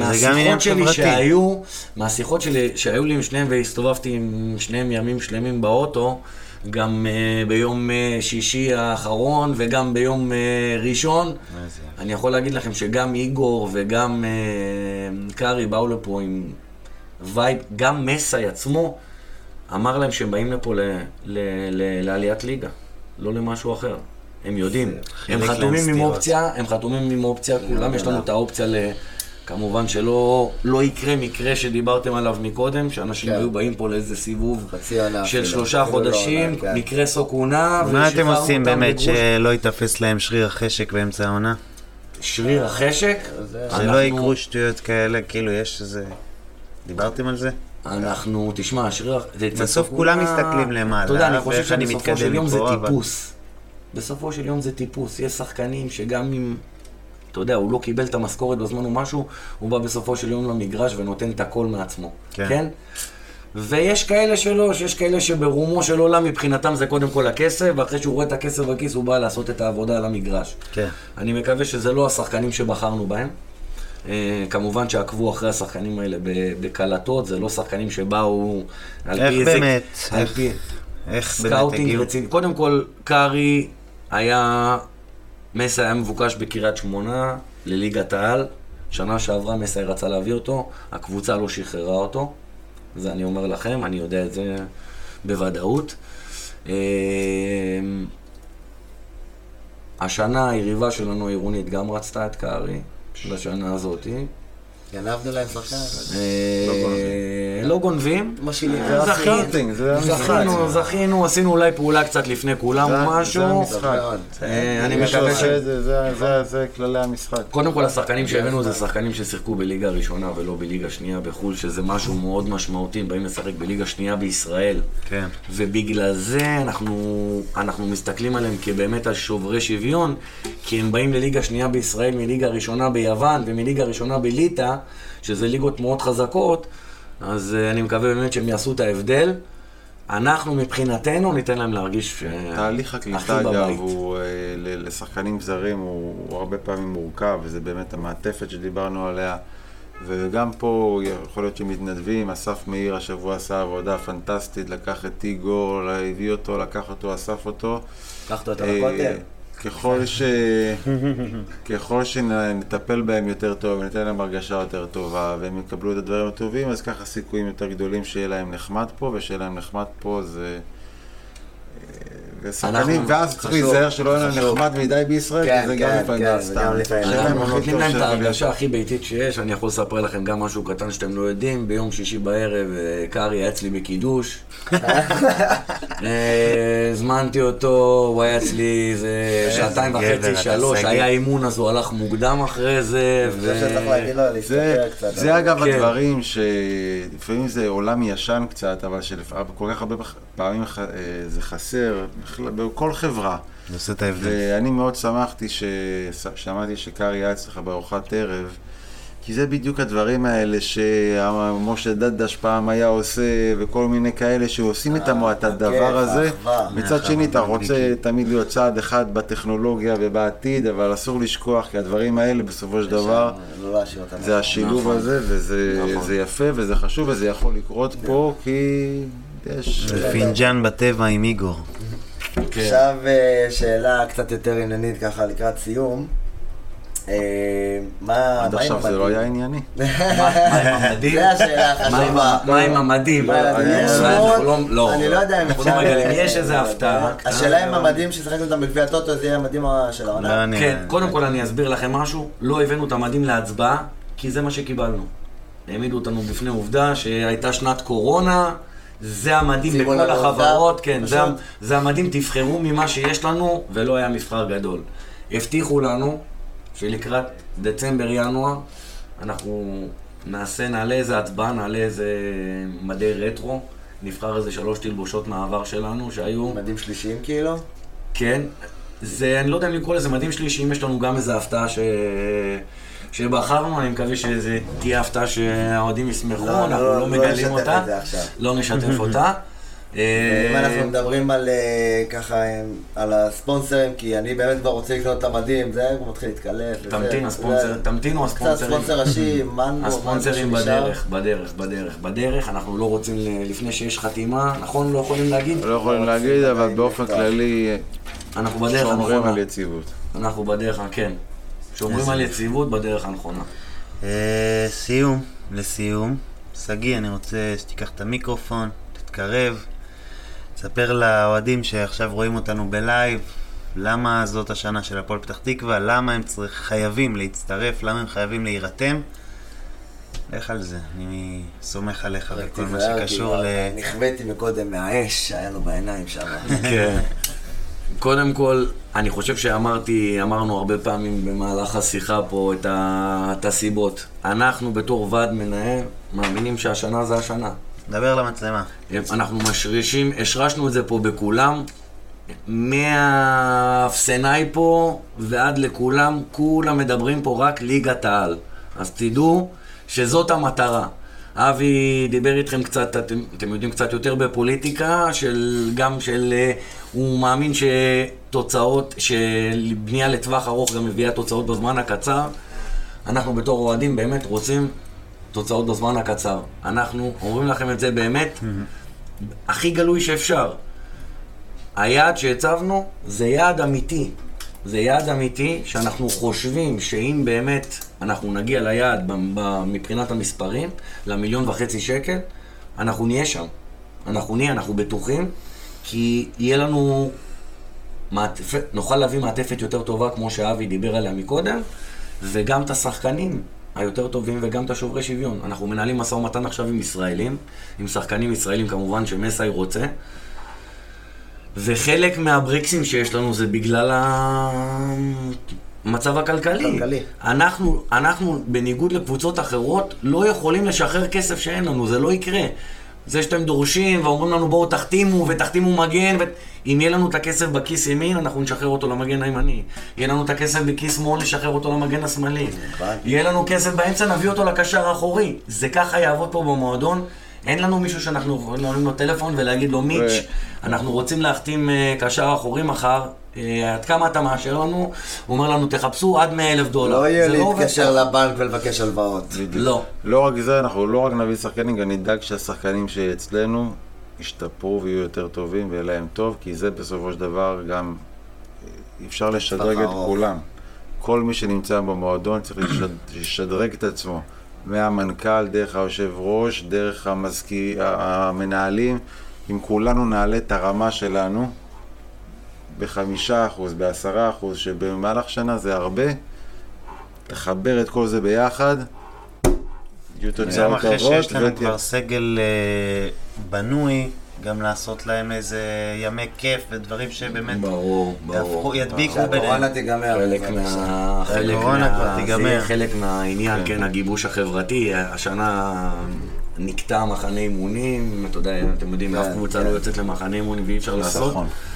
מהשיחות שלי שהיו לי עם שניהם והסתובבתי עם שניהם ימים שלמים באוטו, גם ביום שישי האחרון וגם ביום ראשון, אני יכול להגיד לכם שגם איגור וגם קארי באו לפה עם וייב, גם מסי עצמו אמר להם שהם באים לפה לעליית ליגה, לא למשהו אחר. הם יודעים, הם חתומים עם אופציה, כולם יש לנו את האופציה כמובן שלא יקרה מקרה שדיברתם עליו מקודם, שאנשים היו באים פה לאיזה סיבוב של 3 חודשים, מקרה סוף עונה. מה אתם עושים באמת שלא יתפס להם שריר החשק באמצע העונה? שריר החשק? שלא יקרו שטויות כאלה, כאילו יש איזה... דיברתם על זה? אנחנו, תשמע, שריר... בסוף כולם מסתכלים למעלה. אתה יודע, אני חושב שבסופו של יום זה טיפוס. בסופו של יום זה טיפוס. יש שחקנים שגם אם... אתה יודע, הוא לא קיבל את המשכורת בזמן או משהו, הוא בא בסופו של יום למגרש ונותן את הכל מעצמו. כן? ויש כאלה שלא, שיש כאלה שברומו של עולם מבחינתם זה קודם כל הכסף, ואחרי שהוא רואה את הכסף בכיס הוא בא לעשות את העבודה על המגרש. כן. אני מקווה שזה לא השחקנים שבחרנו בהם. כמובן שעקבו אחרי השחקנים האלה בקלטות, זה לא שחקנים שבאו על פי איך באמת? איך באמת הגיעו? קודם כל, קארי מסי היה מבוקש בקריית שמונה לליגת העל. שנה שעברה מסי רצה להביא אותו, הקבוצה לא שחררה אותו. זה אני אומר לכם, אני יודע את זה בוודאות. השנה היריבה שלנו העירונית גם רצתה את קארי, בשנה הזאת. גנבנו להם שחקן? לא גונבים. זכינו, עשינו אולי פעולה קצת לפני כולם או משהו. זה המשחק. אני מקווה זה כללי המשחק. קודם כל השחקנים שהבאנו זה שחקנים ששיחקו בליגה הראשונה ולא בליגה שנייה בחול, שזה משהו מאוד משמעותי, באים לשחק בליגה שנייה בישראל. ובגלל זה אנחנו מסתכלים עליהם כבאמת על שוברי שוויון, כי הם באים לליגה שנייה בישראל מליגה ראשונה ביוון ומליגה ראשונה בליטא, שזה ליגות מאוד חזקות, אז אני מקווה באמת שהם יעשו את ההבדל. אנחנו מבחינתנו ניתן להם להרגיש תהליך הקליטה אגב, לשחקנים זרים הוא הרבה פעמים מורכב, וזה באמת המעטפת שדיברנו עליה, וגם פה יכול להיות שמתנדבים. אסף מאיר השבוע עשה עבודה פנטסטית, לקח את איגור, הביא אותו, לקח אותו, אסף אותו. לקחת אותו לכותל? ככל שנטפל בהם יותר טוב וניתן להם הרגשה יותר טובה והם יקבלו את הדברים הטובים, אז ככה סיכויים יותר גדולים שיהיה להם נחמד פה, ושיהיה להם נחמד פה זה... ושחקנים, ואז צריך להיזהר שלא יהיה להם נחמד מדי בישראל, כי זה גם לפעמים סתם. אנחנו נותנים להם את ההרגשה הכי ביתית שיש. אני יכול לספר לכם גם משהו קטן שאתם לא יודעים. ביום שישי בערב קארי היה אצלי בקידוש. הזמנתי אותו, הוא היה אצלי 2.5-3, היה אימון אז הוא הלך מוקדם אחרי זה. זה אגב הדברים שלפעמים זה עולם ישן קצת, אבל כל כך הרבה פעמים זה חסר בכל חברה. נעשה את ההבדל. ואני מאוד שמחתי ששמעתי שקארי היה אצלך בארוחת ערב, כי זה בדיוק הדברים האלה שמשה דדש פעם היה עושה, וכל מיני כאלה שעושים את הדבר הזה. מצד שני, אתה רוצה תמיד להיות צעד אחד בטכנולוגיה ובעתיד, אבל אסור לשכוח, כי הדברים האלה בסופו של דבר, זה השילוב הזה, וזה יפה וזה חשוב, וזה יכול לקרות פה, כי יש... פינג'אן בטבע עם איגור. עכשיו שאלה קצת יותר עניינית ככה לקראת סיום. עד עכשיו זה לא היה ענייני. מה עם המדים? זה השאלה החשובה. מה עם המדים? לא. אני לא יודע אם אפשר... יש איזה הפתעה. השאלה אם המדים ששחקנו אותם בגביע הטוטו זה יהיה המדים של העונה. כן, קודם כל אני אסביר לכם משהו. לא הבאנו את המדים להצבעה, כי זה מה שקיבלנו. העמידו אותנו בפני עובדה שהייתה שנת קורונה, זה המדים בכל החברות, כן, זה המדים, תבחרו ממה שיש לנו, ולא היה מבחר גדול. הבטיחו לנו, שלקראת דצמבר-ינואר אנחנו נעלה איזה הצבעה, נעלה איזה מדי רטרו, נבחר איזה 3 תלבושות מהעבר שלנו שהיו... מדים שלישיים כאילו? כן, זה, אני לא יודע אם לקרוא לזה מדים שלישיים, יש לנו גם איזה הפתעה שבחרנו, אני מקווה שזה תהיה הפתעה שהאוהדים ישמחו, אנחנו לא מגלים אותה, לא נשתף אותה. אם אנחנו מדברים על ככה, על הספונסרים, כי אני באמת כבר רוצה לקנות את המדים, זה הוא מתחיל להתקלף. תמתינו הספונסרים. קצת ספונסר ראשי, מנגו, הספונסרים בדרך, אנחנו לא רוצים לפני שיש חתימה, נכון? לא יכולים להגיד? לא יכולים להגיד, אבל באופן כללי אנחנו בדרך הנכונה. שומרים על יציבות. אנחנו בדרך, כן. שומרים על יציבות בדרך הנכונה. לסיום, סגי, אני רוצה שתיקח את המיקרופון, תתקרב, תספר לאוהדים שעכשיו רואים אותנו בלייב, למה זאת השנה של הפועל פתח תקווה, למה הם חייבים להצטרף, למה הם חייבים להירתם. איך על זה? אני סומך עליך בכל מה שקשור נכוויתי מקודם מהאש שהיה לו בעיניים שם. כן. קודם כל, אני חושב אמרנו הרבה פעמים במהלך השיחה פה את הסיבות. אנחנו בתור ועד מנהל מאמינים שהשנה זה השנה. דבר למצלמה. אנחנו השרשנו את זה פה בכולם, מהאפסנאי פה ועד לכולם, כולם מדברים פה רק ליגת העל. אז תדעו שזאת המטרה. אבי דיבר איתכם קצת, אתם יודעים קצת יותר בפוליטיקה, הוא מאמין שתוצאות, שבנייה לטווח ארוך גם מביאה תוצאות בזמן הקצר. אנחנו בתור אוהדים באמת רוצים תוצאות בזמן הקצר. אנחנו אומרים לכם את זה באמת הכי גלוי שאפשר. היעד שהצבנו זה יעד אמיתי. זה יעד אמיתי שאנחנו חושבים שאם באמת אנחנו נגיע ליעד מבחינת המספרים, ל1.5 שקל, אנחנו נהיה שם. אנחנו בטוחים, כי יהיה לנו נוכל להביא מעטפת יותר טובה כמו שאבי דיבר עליה מקודם, וגם את השחקנים היותר טובים וגם את השוברי שוויון. אנחנו מנהלים משא ומתן עכשיו עם ישראלים, עם שחקנים ישראלים כמובן שמסאי רוצה, וחלק מהברקסים שיש לנו זה בגלל המצב הכלכלי. אנחנו בניגוד לקבוצות אחרות לא יכולים לשחרר כסף שאין לנו, זה לא יקרה. זה שאתם דורשים ואומרים לנו בואו תחתימו ותחתימו מגן, אם יהיה לנו את הכסף בכיס ימין אנחנו נשחרר אותו למגן הימני, יהיה לנו את הכסף בכיס שמאל נשחרר אותו למגן השמאלי, יהיה לנו כסף באמצע נביא אותו לקשר האחורי. זה ככה יעבוד פה במועדון. אין לנו מישהו שאנחנו יכולים להרים לו טלפון ולהגיד לו מיץ', אנחנו רוצים להחתים קשר אחורי מחר, עד כמה אתה מאשר לנו? הוא אומר לנו תחפשו עד $100,000. לא יהיה להתקשר לבנק ולבקש הלוואות. לא. לא רק זה, אנחנו לא רק נביא שחקנים, גם נדאג שהשחקנים שאצלנו ישתפרו ויהיו יותר טובים ויהיה להם טוב, כי זה בסופו של דבר גם אפשר לשדרג את כולם. כל מי שנמצא במועדון צריך לשדרג את עצמו. מהמנכ"ל, דרך היושב ראש, דרך המנהלים. אם כולנו נעלה את הרמה שלנו ב5%, ב10%, שבמהלך שנה זה הרבה, תחבר את כל זה ביחד, יהיו תוצאות אחרי טובות. שיש לנו כבר סגל בנוי, גם לעשות להם איזה ימי כיף ודברים שבאמת ידביקו ביניהם. שהקורונה תיגמר. חלק מהעניין, כן, הגיבוש החברתי. השנה נקטע מחנה אימונים, אתם יודעים, אף קבוצה לא יוצאת למחנה אימונים ואי אפשר לעשות.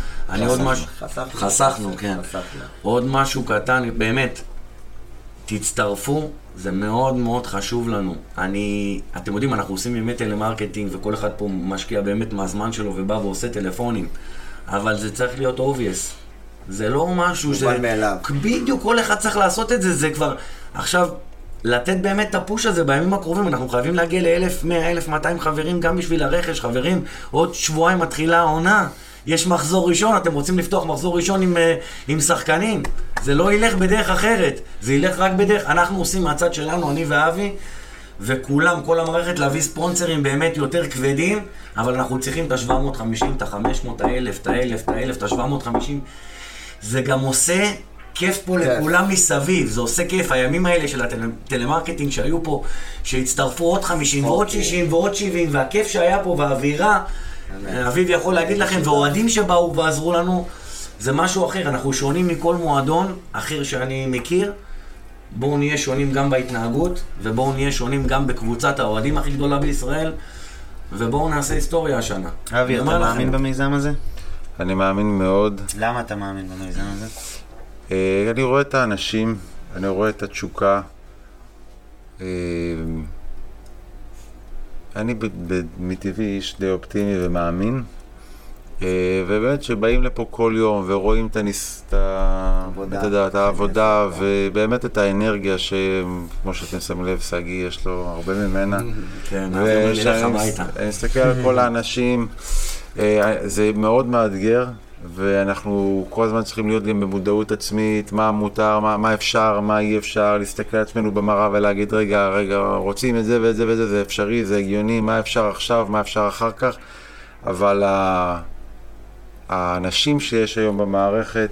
חסכנו, כן. עוד משהו קטן, באמת, תצטרפו, זה מאוד מאוד חשוב לנו. אתם יודעים, אנחנו עושים באמת טלמרקטינג וכל אחד פה משקיע באמת מהזמן שלו ובא ועושה טלפונים, אבל זה צריך להיות obvious. זה לא משהו מובן מאליו. בדיוק כל אחד צריך לעשות את זה, זה כבר עכשיו לתת באמת את הפוש הזה בימים הקרובים. אנחנו חייבים להגיע ל1,100-1,200 חברים גם בשביל הרכש. חברים, עוד שבועיים מתחילה העונה, יש מחזור ראשון, אתם רוצים לפתוח מחזור ראשון עם שחקנים, זה לא ילך בדרך אחרת, זה ילך רק בדרך, אנחנו עושים מהצד שלנו, אני ואבי וכולם, כל המערכת, להביא ספונסרים באמת יותר כבדים, אבל אנחנו צריכים את ה-750, את ה-500, את ה-1000, את ה-1000, את ה-1000, את ה-750. זה גם עושה כיף פה לכולם מסביב, זה עושה כיף. הימים האלה של הטלמרקטינג שהיו פה, שהצטרפו עוד 50 ועוד 60 ועוד 70, והכיף שהיה פה והאווירה, אביב יכול להגיד לכם, ואוהדים שבאו ועזרו לנו, זה משהו אחר. אנחנו שונים מכל מועדון אחר שאני מכיר, בואו נהיה שונים גם בהתנהגות, ובואו נהיה שונים גם בקבוצת האוהדים הכי גדולה בישראל, ובואו נעשה היסטוריה השנה. אבי, אתה מאמין במיזם הזה? אני מאמין מאוד. למה אתה מאמין במיזם הזה? אני רואה את האנשים, אני רואה את התשוקה. אני מטבעי איש די אופטימי ומאמין. ובאמת שבאים לפה כל יום ורואים את העבודה ובאמת את האנרגיה שכמו שאתם שמים לב, סגי יש לו הרבה ממנה. כן, אני מסתכל על כל האנשים, זה מאוד מאתגר ואנחנו כל הזמן צריכים להיות גם במודעות עצמית, מה מותר, מה אפשר, מה אי אפשר, להסתכל על עצמנו במראה ולהגיד רגע, רוצים את זה ואת זה וזה, זה אפשרי, זה הגיוני, מה אפשר עכשיו, מה אפשר אחר כך, אבל האנשים שיש היום במערכת,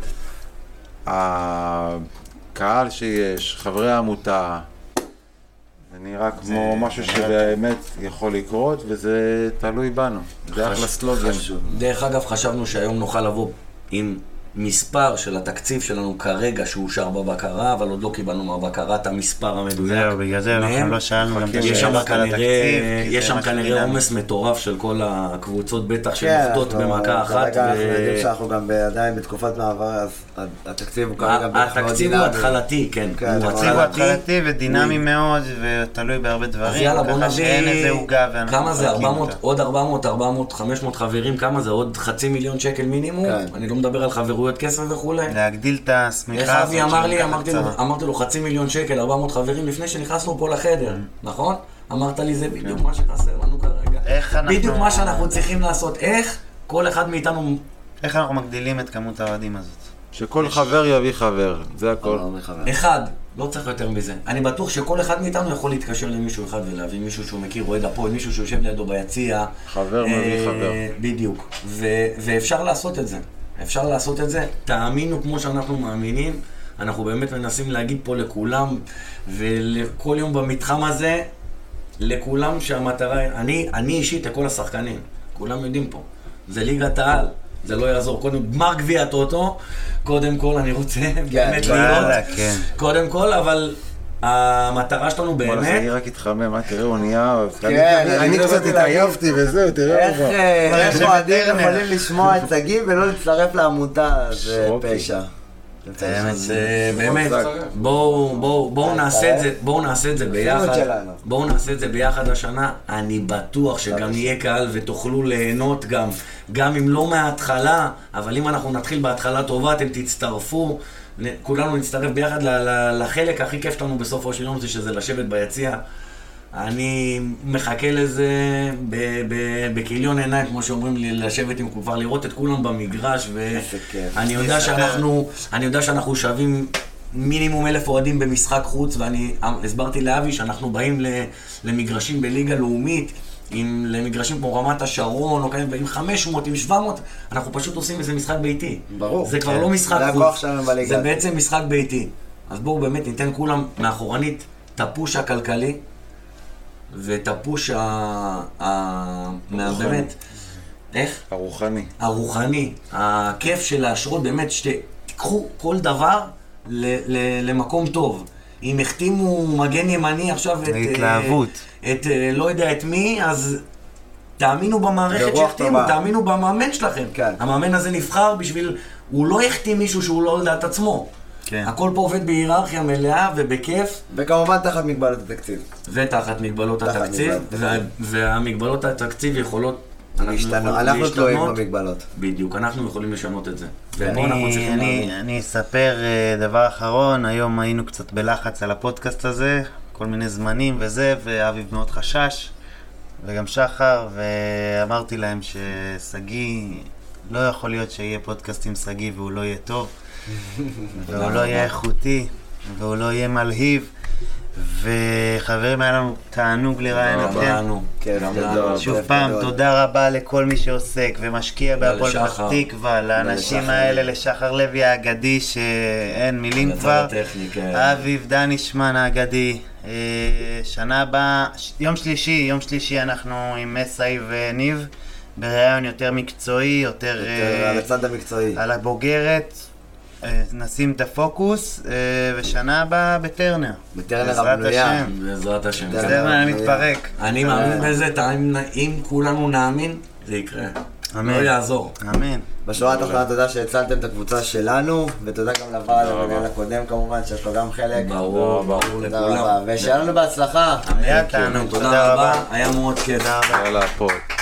הקהל שיש, חברי העמותה, זה נראה כמו משהו שבאמת יכול לקרות, וזה תלוי בנו. זה אחלה סלוגן. דרך אגב, חשבנו שהיום נוכל לבוא עם מספר של התקציב שלנו כרגע שאושר בבקרה, אבל עוד לא קיבלנו מהבקרה את המספר המדויק. זהו, בגלל זה אנחנו לא שאלנו גם את השאלות על התקציב. יש שם כנראה עומס מטורף של כל הקבוצות בטח שנוחתות במכה אחת. כרגע אנחנו יודעים שאנחנו גם עדיין בתקופת מעבר, אז התקציב הוא כרגע בערך מאוד התקציב הוא התחלתי, כן. התקציב הוא התחלתי ודינמי מאוד ותלוי בהרבה דברים. אז יאללה, בוא נביא כמה זה, עוד 400, 500 חברים, כמה זה? עוד 500,000 שקל מינימום? אני לא מדבר על חברויות כסף וכו'. להגדיל את הסמיכה. איך אבי אמר לי, אמרתי לו 500,000 שקל, 400 חברים לפני שנכנסנו פה לחדר, נכון? אמרת לי זה בדיוק מה שתעשה לנו כרגע. בדיוק מה שאנחנו צריכים לעשות. איך כל אחד מאיתנו... איך אנחנו מגדילים את כמות האוהדים הזאת? שכל חבר יביא חבר, זה הכל. אחד, לא צריך יותר מזה. אני בטוח שכל אחד מאיתנו יכול להתקשר למישהו אחד ולהביא מישהו שהוא מכיר אוהד הפועל, מישהו שיושב לידו ביציע. חבר מביא חבר. בדיוק. ואפשר לעשות את זה. אפשר לעשות את זה. תאמינו כמו שאנחנו מאמינים. אנחנו באמת מנסים להגיד פה לכולם, ולכל יום במתחם הזה, לכולם שהמטרה... אני אישית לכל השחקנים. כולם יודעים פה. זה ליגת העל. זה לא יעזור. קודם, גמר גביע הטוטו, קודם כל אני רוצה באמת להיות. קודם כל, אבל המטרה שלנו באמת... בוא אני רק התחמם, תראה, הוא נהיה... אני קצת התעייפתי וזהו, תראה. איך מועדים יכולים לשמוע את סגי ולא להצטרף לעמותה, זה פשע. באמת, בואו נעשה את זה ביחד. בואו נעשה את זה ביחד השנה. אני בטוח שגם יהיה קהל ותוכלו ליהנות גם אם לא מההתחלה, אבל אם אנחנו נתחיל בהתחלה טובה, אתם תצטרפו. כולנו נצטרף ביחד לחלק הכי כיף שלנו בסופו של יום, זה שזה לשבת ביציע. אני מחכה לזה בכיליון עיניים, כמו שאומרים לי, לשבת עם כבר לראות את כולם במגרש, ואני יודע שאנחנו שווים מינימום 1,000 אוהדים במשחק חוץ, ואני הסברתי לאבי שאנחנו באים למגרשים בליגה לאומית, למגרשים כמו רמת השרון, עם 500, עם 700, אנחנו פשוט עושים איזה משחק ביתי. ברור. זה כבר לא משחק חוץ, זה בעצם משחק ביתי. אז בואו באמת ניתן כולם מאחורנית את הפוש הכלכלי, ואת הפוש באמת, איך? הרוחני. הכיף של להשרות באמת, שתיקחו כל דבר למקום טוב. אם החתימו מגן ימני עכשיו את לא יודע את מי, אז תאמינו במערכת שהחתימו, תאמינו במאמן שלכם. המאמן הזה נבחר בשביל, הוא לא החתים מישהו שהוא לא לדעת עצמו. הכל פה עובד בהיררכיה מלאה ובכיף. וכמובן תחת מגבלות התקציב. ותחת מגבלות התקציב, והמגבלות התקציב יכולות אנחנו תלויים במגבלות. בדיוק, אנחנו יכולים לשנות את זה. אני אספר דבר אחרון, היום היינו קצת בלחץ על הפודקאסט הזה, כל מיני זמנים וזה, ואביב מאוד חשש, וגם שחר, ואמרתי להם שסגי, לא יכול להיות שיהיה פודקאסט עם סגי והוא לא יהיה טוב, והוא לא יהיה איכותי, והוא לא יהיה מלהיב. וחברים, היה לנו תענוג לראיין אתכם. שוב פעם, תודה רבה לכל מי שעוסק ומשקיע בהפועל פתח תקווה, לאנשים האלה, לשחר לוי האגדי שאין מילים כבר, אביב דנישמן האגדי. שנה הבאה, יום שלישי אנחנו עם מסעי וניב ברעיון יותר מקצועי, יותר על הצד המקצועי, על הבוגרת. נשים את הפוקוס, ושנה הבאה בטרנר. בטרנר הבנויה. בעזרת השם. טרנר מתפרק. אני מאמין בזה, אם כולנו נאמין, זה יקרה. אמן. לא יעזור. אמן. בשורה התחתונה תודה שהצלתם את הקבוצה שלנו, ותודה גם לוועד המנהל הקודם כמובן, שיש לו גם חלק. ברור תודה לכולם. רבה, ושיהיה לנו בהצלחה. היה תענוג, תודה רבה, היה מאוד כיף. יאללה, הפועל.